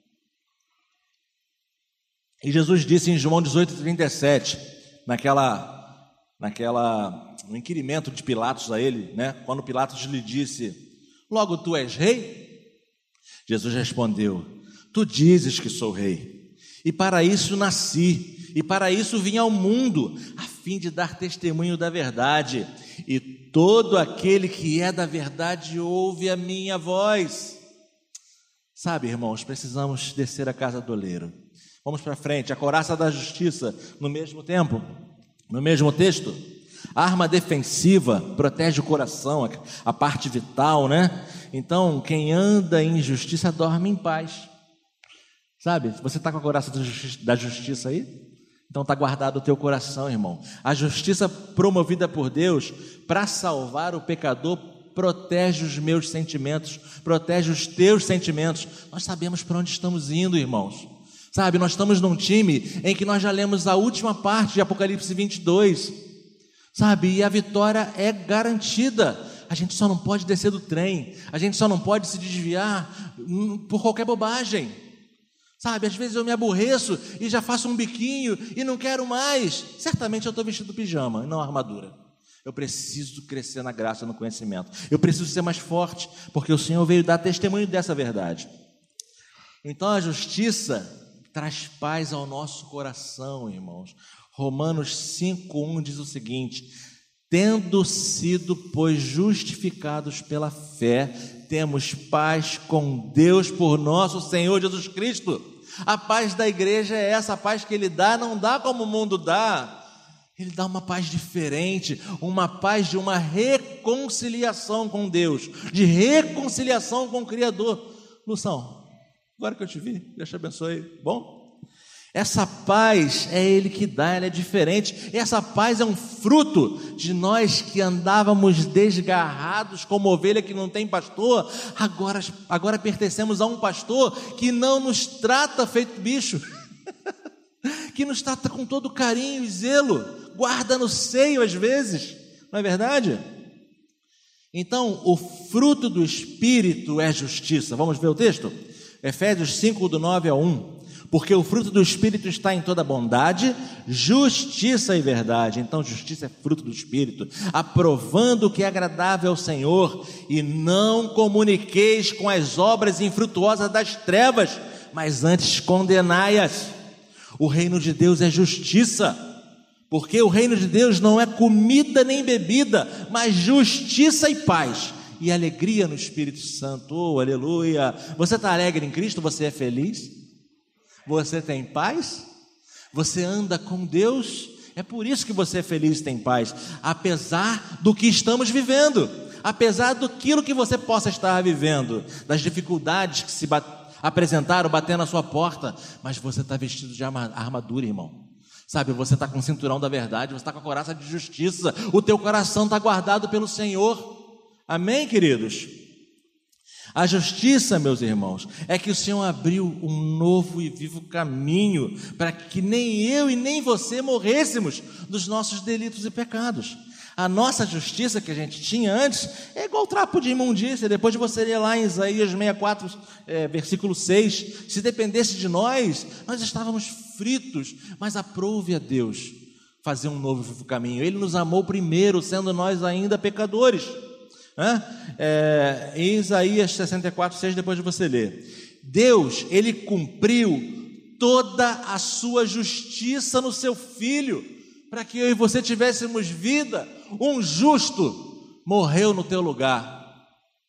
E Jesus disse em João 18:37, no inquirimento de Pilatos a ele, né? Quando Pilatos lhe disse: logo tu és rei? Jesus respondeu: tu dizes que sou rei, e para isso nasci, e para isso vim ao mundo, a fim de dar testemunho da verdade. E todo aquele que é da verdade ouve a minha voz. Sabe, irmãos, precisamos descer a casa do oleiro. Vamos para frente. A couraça da justiça, no mesmo tempo, no mesmo texto. A arma defensiva protege o coração, a parte vital, né? Então, quem anda em justiça dorme em paz. Sabe, você está com a couraça da justiça aí? Então está guardado o teu coração, irmão. A justiça promovida por Deus para salvar o pecador protege os meus sentimentos, protege os teus sentimentos. Nós sabemos para onde estamos indo, irmãos. Sabe, nós estamos num time em que nós já lemos a última parte de Apocalipse 22. Sabe, e a vitória é garantida. A gente só não pode descer do trem, a gente só não pode se desviar por qualquer bobagem. Sabe, às vezes eu me aborreço e já faço um biquinho e não quero mais. Certamente eu estou vestido pijama, não armadura. Eu preciso crescer na graça, no conhecimento. Eu preciso ser mais forte, porque o Senhor veio dar testemunho dessa verdade. Então a justiça traz paz ao nosso coração, irmãos. Romanos 5:1 diz o seguinte: tendo sido, pois, justificados pela fé, temos paz com Deus por nosso Senhor Jesus Cristo. A paz da igreja é essa, a paz que Ele dá, não dá como o mundo dá. Ele dá uma paz diferente, uma paz de uma reconciliação com Deus, de reconciliação com o Criador. Lução, agora que eu te vi, Deus te abençoe, bom? Essa paz é Ele que dá, ela é diferente. Essa paz é um fruto de nós que andávamos desgarrados como ovelha que não tem pastor. Agora pertencemos a um pastor que não nos trata feito bicho, que nos trata com todo carinho e zelo, guarda no seio às vezes, não é verdade? Então, o fruto do Espírito é justiça. Vamos ver o texto? Efésios 5, do 9 ao 1. Porque o fruto do Espírito está em toda bondade, justiça e verdade. Então, justiça é fruto do Espírito, aprovando o que é agradável ao Senhor, e não comuniqueis com as obras infrutuosas das trevas, mas antes condenai-as. O reino de Deus é justiça, porque o reino de Deus não é comida nem bebida, mas justiça e paz, e alegria no Espírito Santo. Oh, aleluia! Você está alegre em Cristo? Você é feliz? Você tem paz? Você anda com Deus? É por isso que você é feliz e tem paz, apesar do que estamos vivendo, apesar daquilo que você possa estar vivendo, das dificuldades que se apresentaram, batendo na sua porta, mas você está vestido de armadura, irmão. Sabe, você está com o cinturão da verdade, você está com a couraça de justiça, o teu coração está guardado pelo Senhor. Amém, queridos? A justiça, meus irmãos, é que o Senhor abriu um novo e vivo caminho para que nem eu e nem você morrêssemos dos nossos delitos e pecados. A nossa justiça que a gente tinha antes é igual trapo de imundícia. Depois de você ler lá em Isaías 64, versículo 6, se dependesse de nós estávamos fritos, mas aprouve a Deus fazer um novo e vivo caminho. Ele nos amou primeiro, sendo nós ainda pecadores. Em Isaías 64, 6, depois de você ler, Deus, Ele cumpriu toda a sua justiça no seu Filho, para que eu e você tivéssemos vida. Um justo morreu no teu lugar,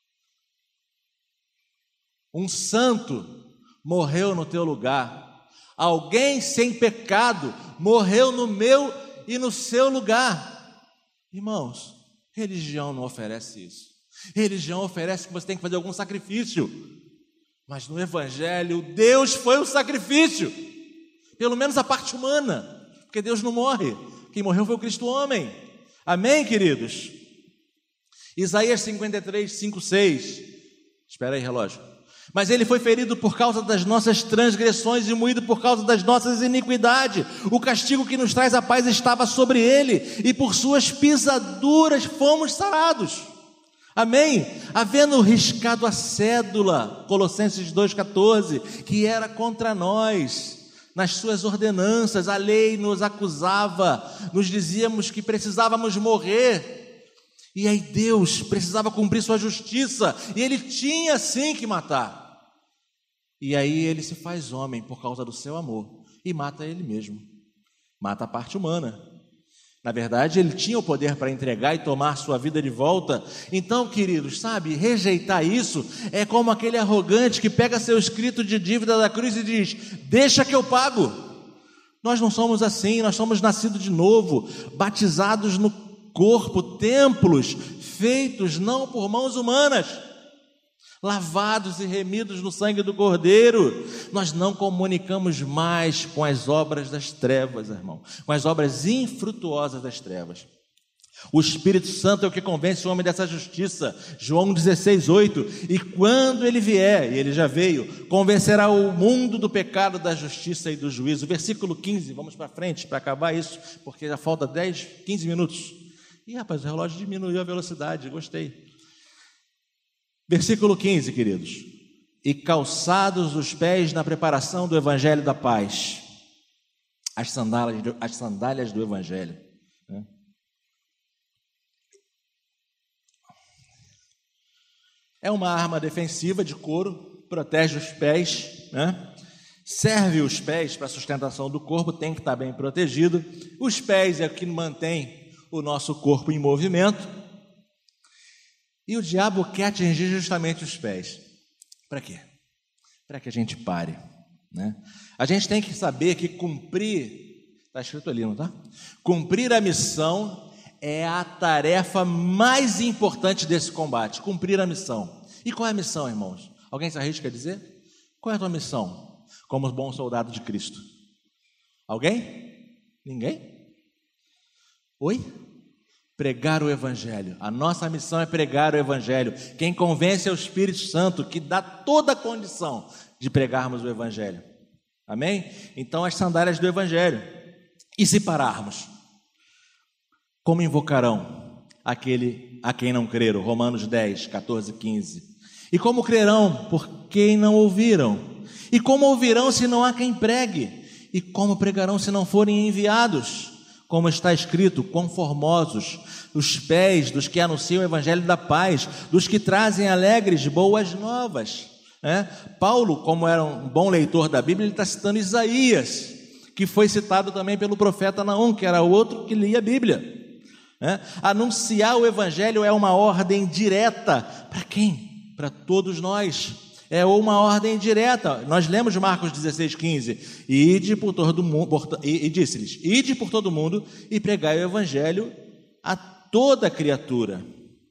um santo morreu no teu lugar, alguém sem pecado morreu no meu e no seu lugar. Irmãos, religião não oferece isso. Religião oferece que você tem que fazer algum sacrifício, mas no Evangelho Deus foi o sacrifício, pelo menos a parte humana, porque Deus não morre, quem morreu foi o Cristo homem. Amém, queridos? Isaías 53, 5, 6. Espera aí, relógio. Mas ele foi ferido por causa das nossas transgressões e moído por causa das nossas iniquidades. O castigo que nos traz a paz estava sobre ele, e por suas pisaduras fomos sarados. Amém? Havendo riscado a cédula, Colossenses 2,14, que era contra nós, nas suas ordenanças, a lei nos acusava, nos dizíamos que precisávamos morrer, e aí Deus precisava cumprir sua justiça, e Ele tinha sim que matar, e aí Ele se faz homem por causa do seu amor, e mata Ele mesmo. mata a parte humana. Na verdade, ele tinha o poder para entregar e tomar sua vida de volta. Então, queridos, sabe, rejeitar isso é como aquele arrogante que pega seu escrito de dívida da cruz e diz: deixa que eu pago. Nós não somos assim, nós somos nascidos de novo, batizados no corpo, templos feitos não por mãos humanas, lavados e remidos no sangue do Cordeiro. Nós não comunicamos mais com as obras das trevas, irmão, com as obras infrutuosas das trevas. O Espírito Santo é o que convence o homem dessa justiça. João 16:8. E quando ele vier, e ele já veio, convencerá o mundo do pecado, da justiça e do juízo. Versículo 15, vamos para frente para acabar isso, porque já falta 10, 15 minutos. Ih, rapaz, o relógio diminuiu a velocidade, gostei. Versículo 15, queridos. E calçados os pés na preparação do evangelho da paz. As sandálias do evangelho, né? É uma arma defensiva de couro, protege os pés, né? Serve os pés para a sustentação do corpo, tem que estar bem protegido. Os pés é o que mantém o nosso corpo em movimento. E o diabo quer atingir justamente os pés. Para quê? Para que a gente pare, né? A gente tem que saber que cumprir, está escrito ali, não está? Cumprir a missão é a tarefa mais importante desse combate, cumprir a missão. E qual é a missão, irmãos? Alguém se arrisca a dizer? Qual é a tua missão como bom soldado de Cristo? Alguém? Ninguém? Oi? Pregar o Evangelho. A nossa missão é pregar o Evangelho. Quem convence é o Espírito Santo, que dá toda a condição de pregarmos o Evangelho. Amém? Então, as sandálias do Evangelho. E se pararmos? Como invocarão aquele a quem não creram? Romanos 10, 14, 15. E como crerão por quem não ouviram? E como ouvirão se não há quem pregue? E como pregarão se não forem enviados? Como está escrito: quão formosos os pés dos que anunciam o evangelho da paz, dos que trazem alegres boas novas. Paulo, como era um bom leitor da Bíblia, ele está citando Isaías, que foi citado também pelo profeta Naum, que era o outro que lia a Bíblia. Anunciar o evangelho é uma ordem direta. Para quem? Para todos nós. É uma ordem direta. Nós lemos Marcos 16:15. Ide por todo mundo, e disse-lhes: ide por todo mundo e pregai o evangelho a toda criatura.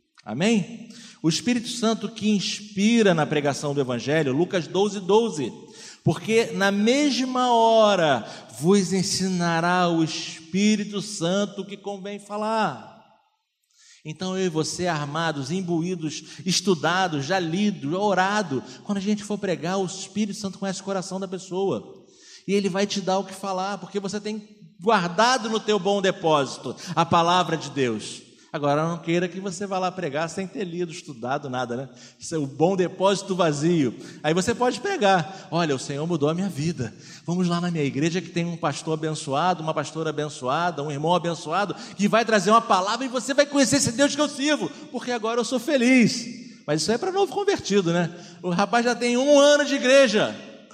Amém? O Espírito Santo que inspira na pregação do evangelho, Lucas 12:12. Porque na mesma hora vos ensinará o Espírito Santo que convém falar. Então eu e você, armados, imbuídos, estudados, já lido, orado, quando a gente for pregar, o Espírito Santo conhece o coração da pessoa e ele vai te dar o que falar, porque você tem guardado no teu bom depósito a palavra de Deus. Agora, não queira que você vá lá pregar sem ter lido, estudado, nada, né? Isso é o bom depósito vazio. Aí você pode pregar: olha, o Senhor mudou a minha vida. Vamos lá na minha igreja que tem um pastor abençoado, uma pastora abençoada, um irmão abençoado, que vai trazer uma palavra e você vai conhecer esse Deus que eu sirvo, porque agora eu sou feliz. Mas isso é para novo convertido, né? O rapaz já tem 1 ano de igreja.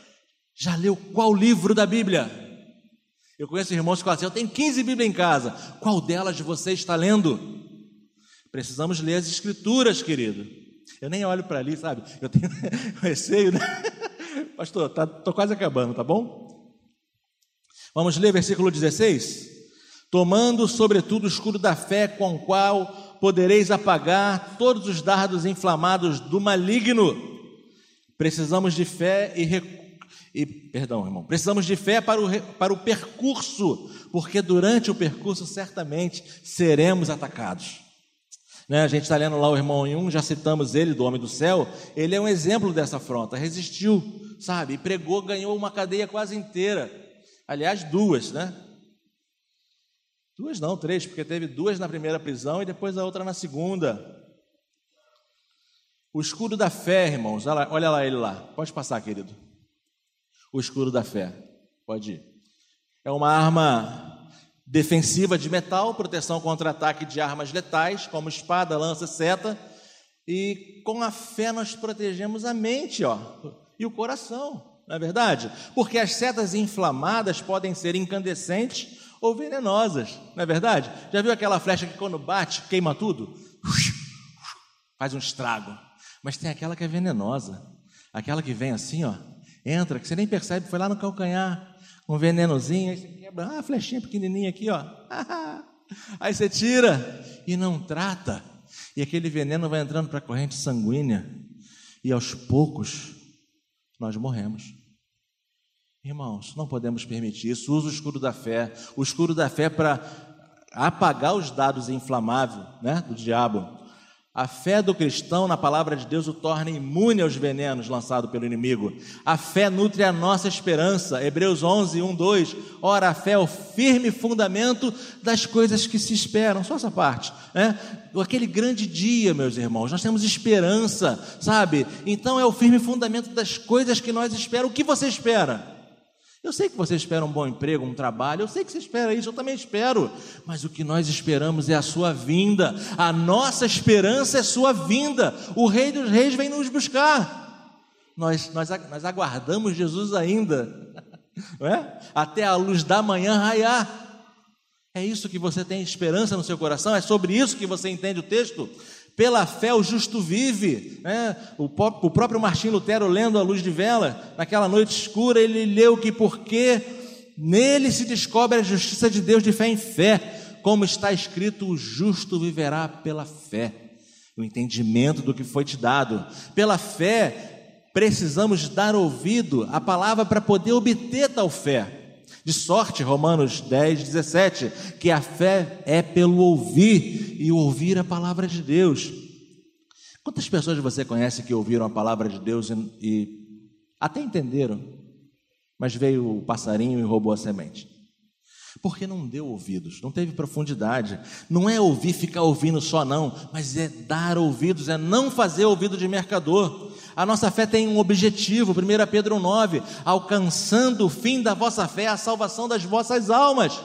Já leu qual livro da Bíblia? Eu conheço irmãos que falam assim: eu tenho 15 Bíblias em casa. Qual delas você está lendo? Precisamos ler as Escrituras, querido. Eu nem olho para ali, sabe? Eu tenho receio, né? Pastor, estou quase acabando, tá bom? Vamos ler versículo 16. Tomando sobretudo o escudo da fé, com o qual podereis apagar todos os dardos inflamados do maligno. Precisamos de fé precisamos de fé para o percurso, porque durante o percurso certamente seremos atacados. A gente está lendo lá o irmão Yun, já citamos ele, do Homem do Céu. Ele é um exemplo dessa afronta, resistiu, sabe, e pregou, ganhou uma cadeia quase inteira. Aliás, 2, né? 2 não, 3, porque teve 2 na primeira prisão e depois a outra na segunda. O escudo da fé, irmãos, olha lá ele lá, pode passar, querido. O escudo da fé, pode ir. É uma arma defensiva de metal, proteção contra ataque de armas letais, como espada, lança, seta. E com a fé nós protegemos a mente, e o coração, não é verdade? Porque as setas inflamadas podem ser incandescentes ou venenosas, não é verdade? Já viu aquela flecha que quando bate, queima tudo? Faz um estrago. Mas tem aquela que é venenosa, aquela que vem assim, ó, entra, que você nem percebe, foi lá no calcanhar, um venenozinho, aí você quebra, a flechinha pequenininha aqui, ó, aí você tira e não trata, e aquele veneno vai entrando para a corrente sanguínea, e aos poucos nós morremos. Irmãos, não podemos permitir isso. Usa o escudo da fé para apagar os dados inflamáveis, né, do diabo. A fé do cristão na palavra de Deus o torna imune aos venenos lançados pelo inimigo. A fé nutre a nossa esperança. Hebreus 11, 1, 2. Ora, a fé é o firme fundamento das coisas que se esperam. Só essa parte, né? Aquele grande dia, meus irmãos, nós temos esperança, sabe? Então é o firme fundamento das coisas que nós esperamos. O que você espera? Eu sei que você espera um bom emprego, um trabalho, eu sei que você espera isso, eu também espero, mas o que nós esperamos é a sua vinda, a nossa esperança é sua vinda, o Rei dos Reis vem nos buscar, nós aguardamos Jesus ainda, não é? Até a luz da manhã raiar. É isso que você tem esperança no seu coração? É sobre isso que você entende o texto? Pela fé o justo vive, né? O próprio Martinho Lutero, lendo a luz de vela, naquela noite escura, ele leu que porque nele se descobre a justiça de Deus de fé em fé, como está escrito, o justo viverá pela fé. O entendimento do que foi te dado. Pela fé, precisamos dar ouvido à palavra para poder obter tal fé. De sorte, Romanos 10, 17, que a fé é pelo ouvir, e ouvir a palavra de Deus. Quantas pessoas você conhece que ouviram a palavra de Deus e até entenderam, mas veio o passarinho e roubou a semente? Porque não deu ouvidos, não teve profundidade. Não é ouvir, ficar ouvindo só não, mas é dar ouvidos, é não fazer ouvido de mercador. A nossa fé tem um objetivo, 1 Pedro 9, alcançando o fim da vossa fé, a salvação das vossas almas.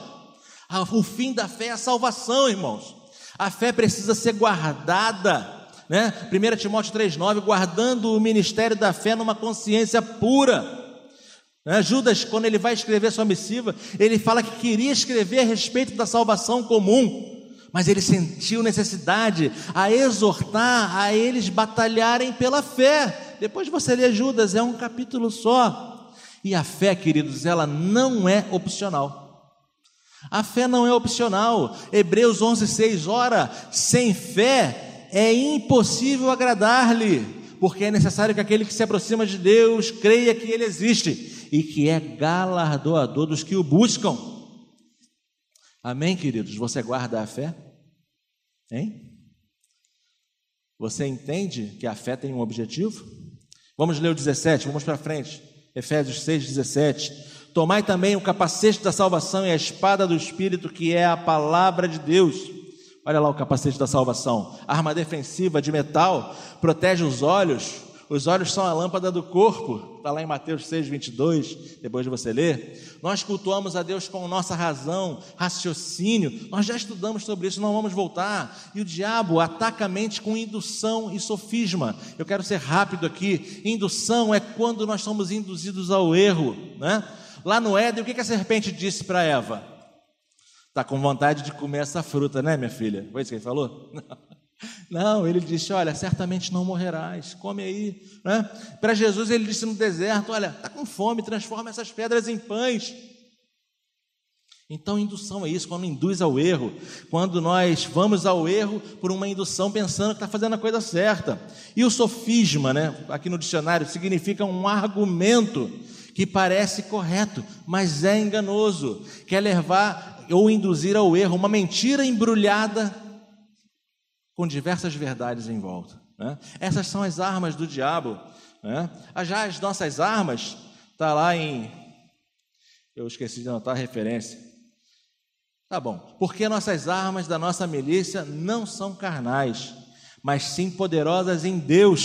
O fim da fé é a salvação, irmãos. A fé precisa ser guardada, né? 1 Timóteo 3,9, guardando o ministério da fé numa consciência pura. Judas, quando ele vai escrever sua missiva, ele fala que queria escrever a respeito da salvação comum, mas ele sentiu necessidade a exortar a eles batalharem pela fé. Depois você lê Judas, é um capítulo só. E a fé, queridos, ela não é opcional. A fé não é opcional. Hebreus 11:6, ora, sem fé é impossível agradar-lhe, porque é necessário que aquele que se aproxima de Deus creia que Ele existe e que é galardoador dos que o buscam. Amém, queridos? Você guarda a fé? Hein? Você entende que a fé tem um objetivo? Vamos ler o 17, vamos para frente. Efésios 6:17. Tomai também o capacete da salvação e a espada do Espírito, que é a palavra de Deus. Olha lá o capacete da salvação. Arma defensiva de metal, protege os olhos. Os olhos são a lâmpada do corpo, está lá em Mateus 6:22, depois de você ler. Nós cultuamos a Deus com nossa razão, raciocínio, nós já estudamos sobre isso, não vamos voltar. E o diabo ataca a mente com indução e sofisma. Eu quero ser rápido aqui. Indução é quando nós somos induzidos ao erro, né? Lá no Éden, o que a serpente disse para Eva? Está com vontade de comer essa fruta, né, minha filha? Foi isso que ele falou? Não, ele disse, olha, certamente não morrerás, come aí, né? Para Jesus ele disse no deserto, olha, está com fome, transforma essas pedras em pães. Então indução é isso, quando induz ao erro, quando nós vamos ao erro por uma indução pensando que está fazendo a coisa certa. E o sofisma, né, aqui no dicionário, significa um argumento que parece correto, mas é enganoso, quer levar ou induzir ao erro, uma mentira embrulhada com diversas verdades em volta, né? Essas são as armas do diabo, né? Já as nossas armas, está lá em... Eu esqueci de anotar a referência. Tá bom. Porque nossas armas da nossa milícia não são carnais, mas sim poderosas em Deus.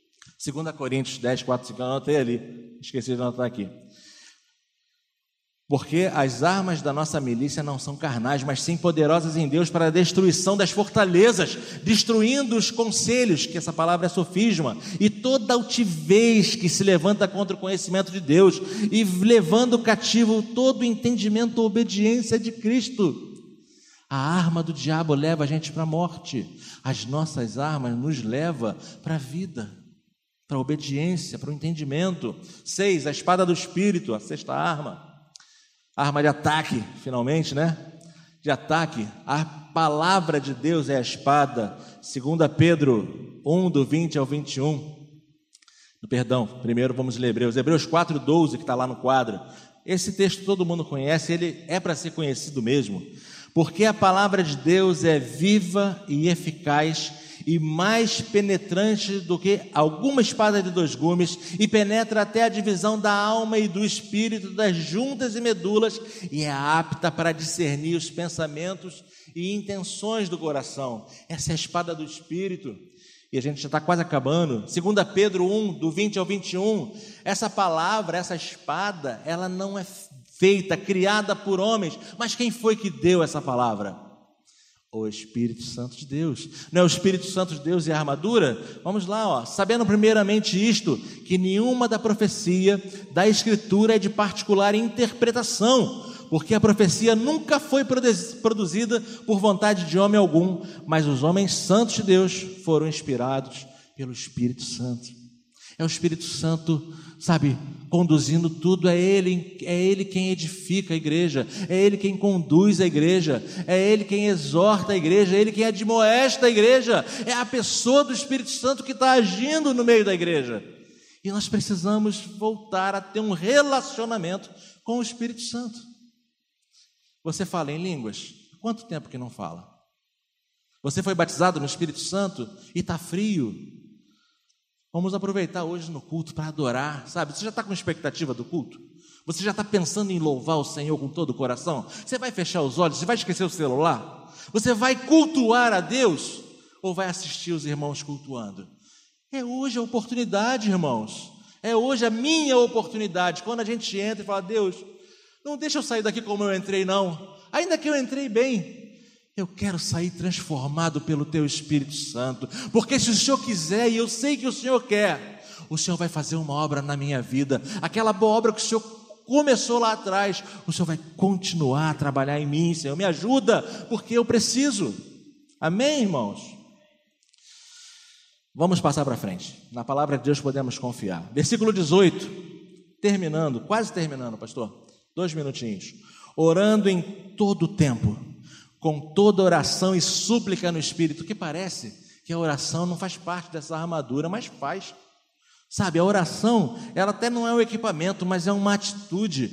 2 Coríntios 10, 4, 5, eu anotei ali. Esqueci de anotar aqui. Porque as armas da nossa milícia não são carnais, mas sim poderosas em Deus para a destruição das fortalezas, destruindo os conselhos, que essa palavra é sofisma, e toda altivez que se levanta contra o conhecimento de Deus, e levando cativo todo o entendimento ou obediência de Cristo. A arma do diabo leva a gente para a morte, as nossas armas nos levam para a vida, para a obediência, para o entendimento. 6, a espada do Espírito, a sexta arma. Arma de ataque, finalmente, né? De ataque. A palavra de Deus é a espada. 2 Pedro 1, do 20 ao 21. Perdão, primeiro vamos ler Hebreus 4:12, que está lá no quadro. Esse texto todo mundo conhece, ele é para ser conhecido mesmo. Porque a palavra de Deus é viva e eficaz e mais penetrante do que alguma espada de 2 gumes, e penetra até a divisão da alma e do espírito, das juntas e medulas, e é apta para discernir os pensamentos e intenções do coração. Essa é a espada do Espírito. E a gente já está quase acabando. 2 Pedro 1, do 20 ao 21, essa palavra, essa espada, ela não é feita, criada por homens, mas quem foi que deu essa palavra? O Espírito Santo de Deus. Não é o Espírito Santo de Deus e a armadura? Vamos lá, sabendo primeiramente isto, que nenhuma da profecia da Escritura é de particular interpretação, porque a profecia nunca foi produzida por vontade de homem algum, mas os homens santos de Deus foram inspirados pelo Espírito Santo. É o Espírito Santo, sabe, conduzindo tudo. É Ele quem edifica a igreja, é Ele quem conduz a igreja, é Ele quem exorta a igreja, é Ele quem admoesta a igreja, é a pessoa do Espírito Santo que está agindo no meio da igreja. E nós precisamos voltar a ter um relacionamento com o Espírito Santo. Você fala em línguas? Quanto tempo que não fala? Você foi batizado no Espírito Santo e está frio? Vamos aproveitar hoje no culto para adorar, sabe? Você já está com expectativa do culto? Você já está pensando em louvar o Senhor com todo o coração? Você vai fechar os olhos? Você vai esquecer o celular? Você vai cultuar a Deus? Ou vai assistir os irmãos cultuando? É hoje a oportunidade, irmãos. É hoje a minha oportunidade. Quando a gente entra e fala: Deus, não deixa eu sair daqui como eu entrei, não. Ainda que eu entrei bem, eu quero sair transformado pelo Teu Espírito Santo, porque se o Senhor quiser, e eu sei que o Senhor quer, o Senhor vai fazer uma obra na minha vida. Aquela boa obra que o Senhor começou lá atrás, o Senhor vai continuar a trabalhar em mim. Senhor, me ajuda, porque eu preciso. Amém, irmãos? Vamos passar para frente. Na palavra de Deus podemos confiar. Versículo 18, terminando, quase terminando, pastor, 2 minutinhos. Orando em todo o tempo, com toda oração e súplica no Espírito, que parece que a oração não faz parte dessa armadura, mas faz. Sabe, a oração, ela até não é um equipamento, mas é uma atitude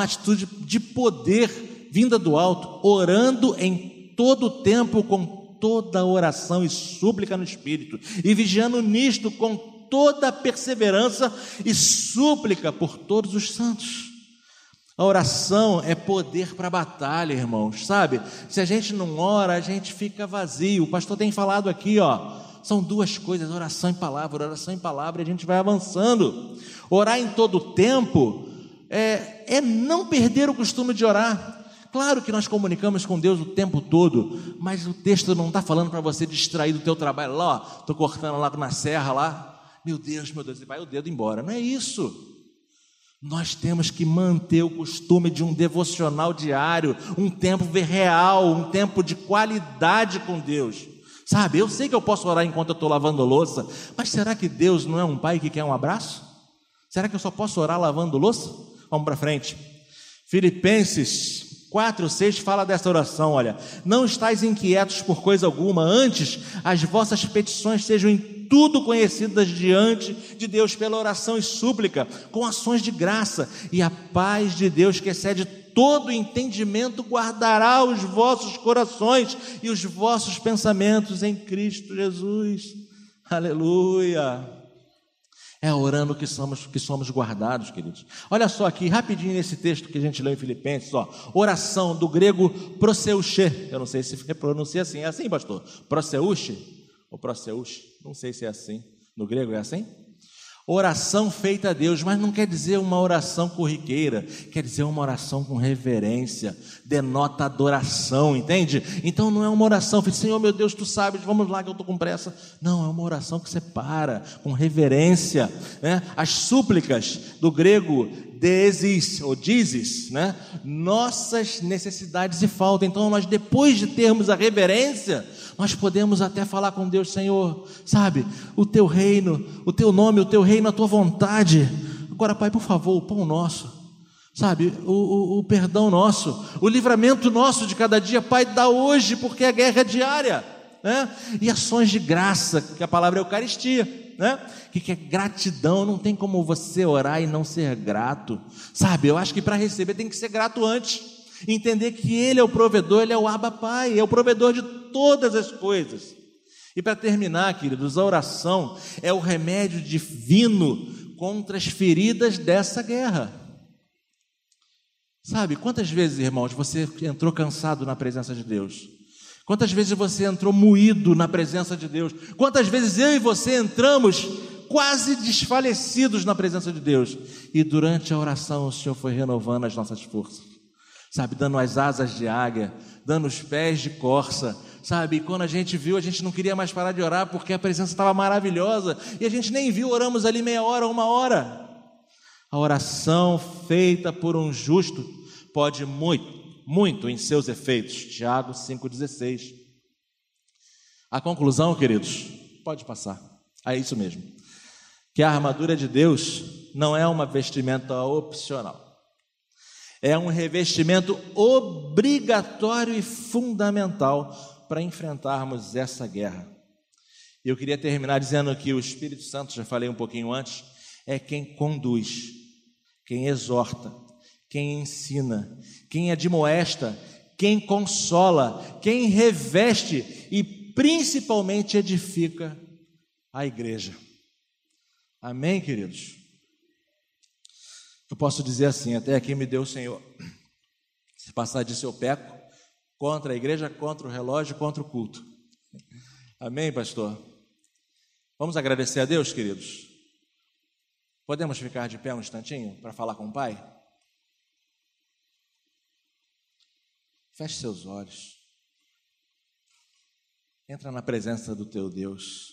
de poder vinda do alto, orando em todo o tempo, com toda oração e súplica no Espírito, e vigiando nisto com toda perseverança e súplica por todos os santos. A oração é poder para a batalha, irmãos, sabe? Se a gente não ora, a gente fica vazio. O pastor tem falado aqui, são 2 coisas, oração e palavra, e a gente vai avançando. Orar em todo o tempo é não perder o costume de orar. Claro que nós comunicamos com Deus o tempo todo, mas o texto não está falando para você distrair do teu trabalho lá, estou cortando lá na serra lá, meu Deus, e vai o dedo embora. Não é isso. Nós temos que manter o costume de um devocional diário, um tempo real, um tempo de qualidade com Deus. Sabe, eu sei que eu posso orar enquanto eu estou lavando louça, mas será que Deus não é um pai que quer um abraço? Será que eu só posso orar lavando louça? Vamos para frente. Filipenses 4:6 fala dessa oração, olha: não estáis inquietos por coisa alguma, antes as vossas petições sejam em tudo conhecidas diante de Deus pela oração e súplica, com ações de graça, e a paz de Deus, que excede todo entendimento, guardará os vossos corações e os vossos pensamentos em Cristo Jesus. Aleluia! É orando que somos guardados, queridos. Olha só aqui, rapidinho, nesse texto que a gente leu em Filipenses, oração do grego proseuche. Eu não sei se pronuncia assim. É assim, pastor? Proseuche? Ou proseuche? Não sei se é assim. No grego é assim? Oração feita a Deus, mas não quer dizer uma oração corriqueira, quer dizer uma oração com reverência, denota adoração, entende? Então não é uma oração feita, Senhor meu Deus, tu sabes, vamos lá que eu estou com pressa. Não, é uma oração que você para, com reverência, né? As súplicas do grego desis, ou dizes, né? Nossas necessidades e falta. Então nós, depois de termos a reverência, nós podemos até falar com Deus, Senhor, sabe, o teu reino, o teu nome, o teu reino, a tua vontade. Agora, Pai, por favor, o pão nosso, sabe, o perdão nosso, o livramento nosso de cada dia, Pai, dá hoje, porque a guerra é diária, né? E ações de graça, que a palavra é Eucaristia, né? Que é gratidão. Não tem como você orar e não ser grato, sabe? Eu acho que para receber tem que ser grato antes. Entender que Ele é o provedor, Ele é o Abba Pai, é o provedor de todas as coisas. E para terminar, queridos, a oração é o remédio divino contra as feridas dessa guerra. Sabe, quantas vezes, irmãos, você entrou cansado na presença de Deus? Quantas vezes você entrou moído na presença de Deus? Quantas vezes eu e você entramos quase desfalecidos na presença de Deus? E durante a oração o Senhor foi renovando as nossas forças, sabe, dando as asas de águia, dando os pés de corça, sabe, e quando a gente viu, a gente não queria mais parar de orar, porque a presença estava maravilhosa, e a gente nem viu, oramos ali meia hora, uma hora. A oração feita por um justo pode muito em seus efeitos. Tiago 5,16. A conclusão, queridos, pode passar, é isso mesmo, que a armadura de Deus não é uma vestimenta opcional, é um revestimento obrigatório e fundamental para enfrentarmos essa guerra. E eu queria terminar dizendo que o Espírito Santo, já falei um pouquinho antes, é quem conduz, quem exorta, quem ensina, quem admoesta, quem consola, quem reveste e principalmente edifica a igreja. Amém, queridos? Eu posso dizer assim, até aqui me deu o Senhor. Se passar disso eu peco contra a igreja, contra o relógio, contra o culto. Amém, pastor? Vamos agradecer a Deus, queridos? Podemos ficar de pé um instantinho para falar com o Pai? Feche seus olhos. Entra na presença do teu Deus.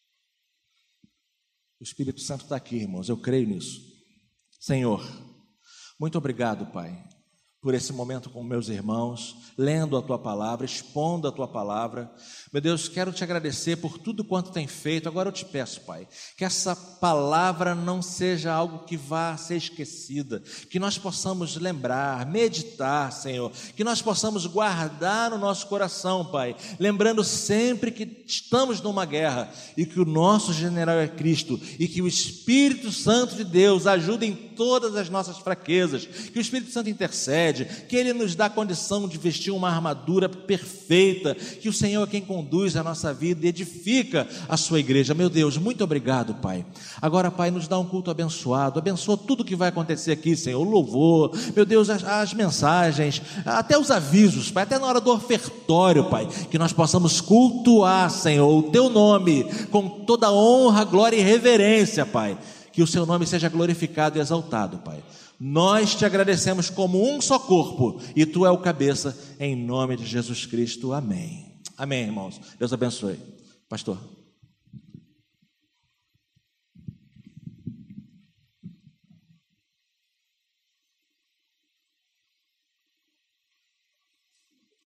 O Espírito Santo está aqui, irmãos, eu creio nisso. Senhor, muito obrigado, Pai, por esse momento com meus irmãos, lendo a Tua Palavra, expondo a Tua Palavra. Meu Deus, quero Te agradecer por tudo quanto tem feito. Agora eu Te peço, Pai, que essa palavra não seja algo que vá ser esquecida, que nós possamos lembrar, meditar, Senhor, que nós possamos guardar no nosso coração, Pai, lembrando sempre que estamos numa guerra e que o nosso general é Cristo e que o Espírito Santo de Deus ajuda em todas as nossas fraquezas, que o Espírito Santo intercede, que Ele nos dá a condição de vestir uma armadura perfeita, que o Senhor é quem conduz a nossa vida e edifica a sua igreja. Meu Deus, muito obrigado, Pai. Agora, Pai, nos dá um culto abençoado, abençoa tudo que vai acontecer aqui, Senhor, o louvor, meu Deus, as mensagens, até os avisos, Pai, até na hora do ofertório, Pai, que nós possamos cultuar, Senhor, o Teu nome, com toda honra, glória e reverência, Pai, que o Seu nome seja glorificado e exaltado, Pai. Nós Te agradecemos como um só corpo, e Tu é o cabeça, em nome de Jesus Cristo, amém. Amém, irmãos. Deus abençoe. Pastor.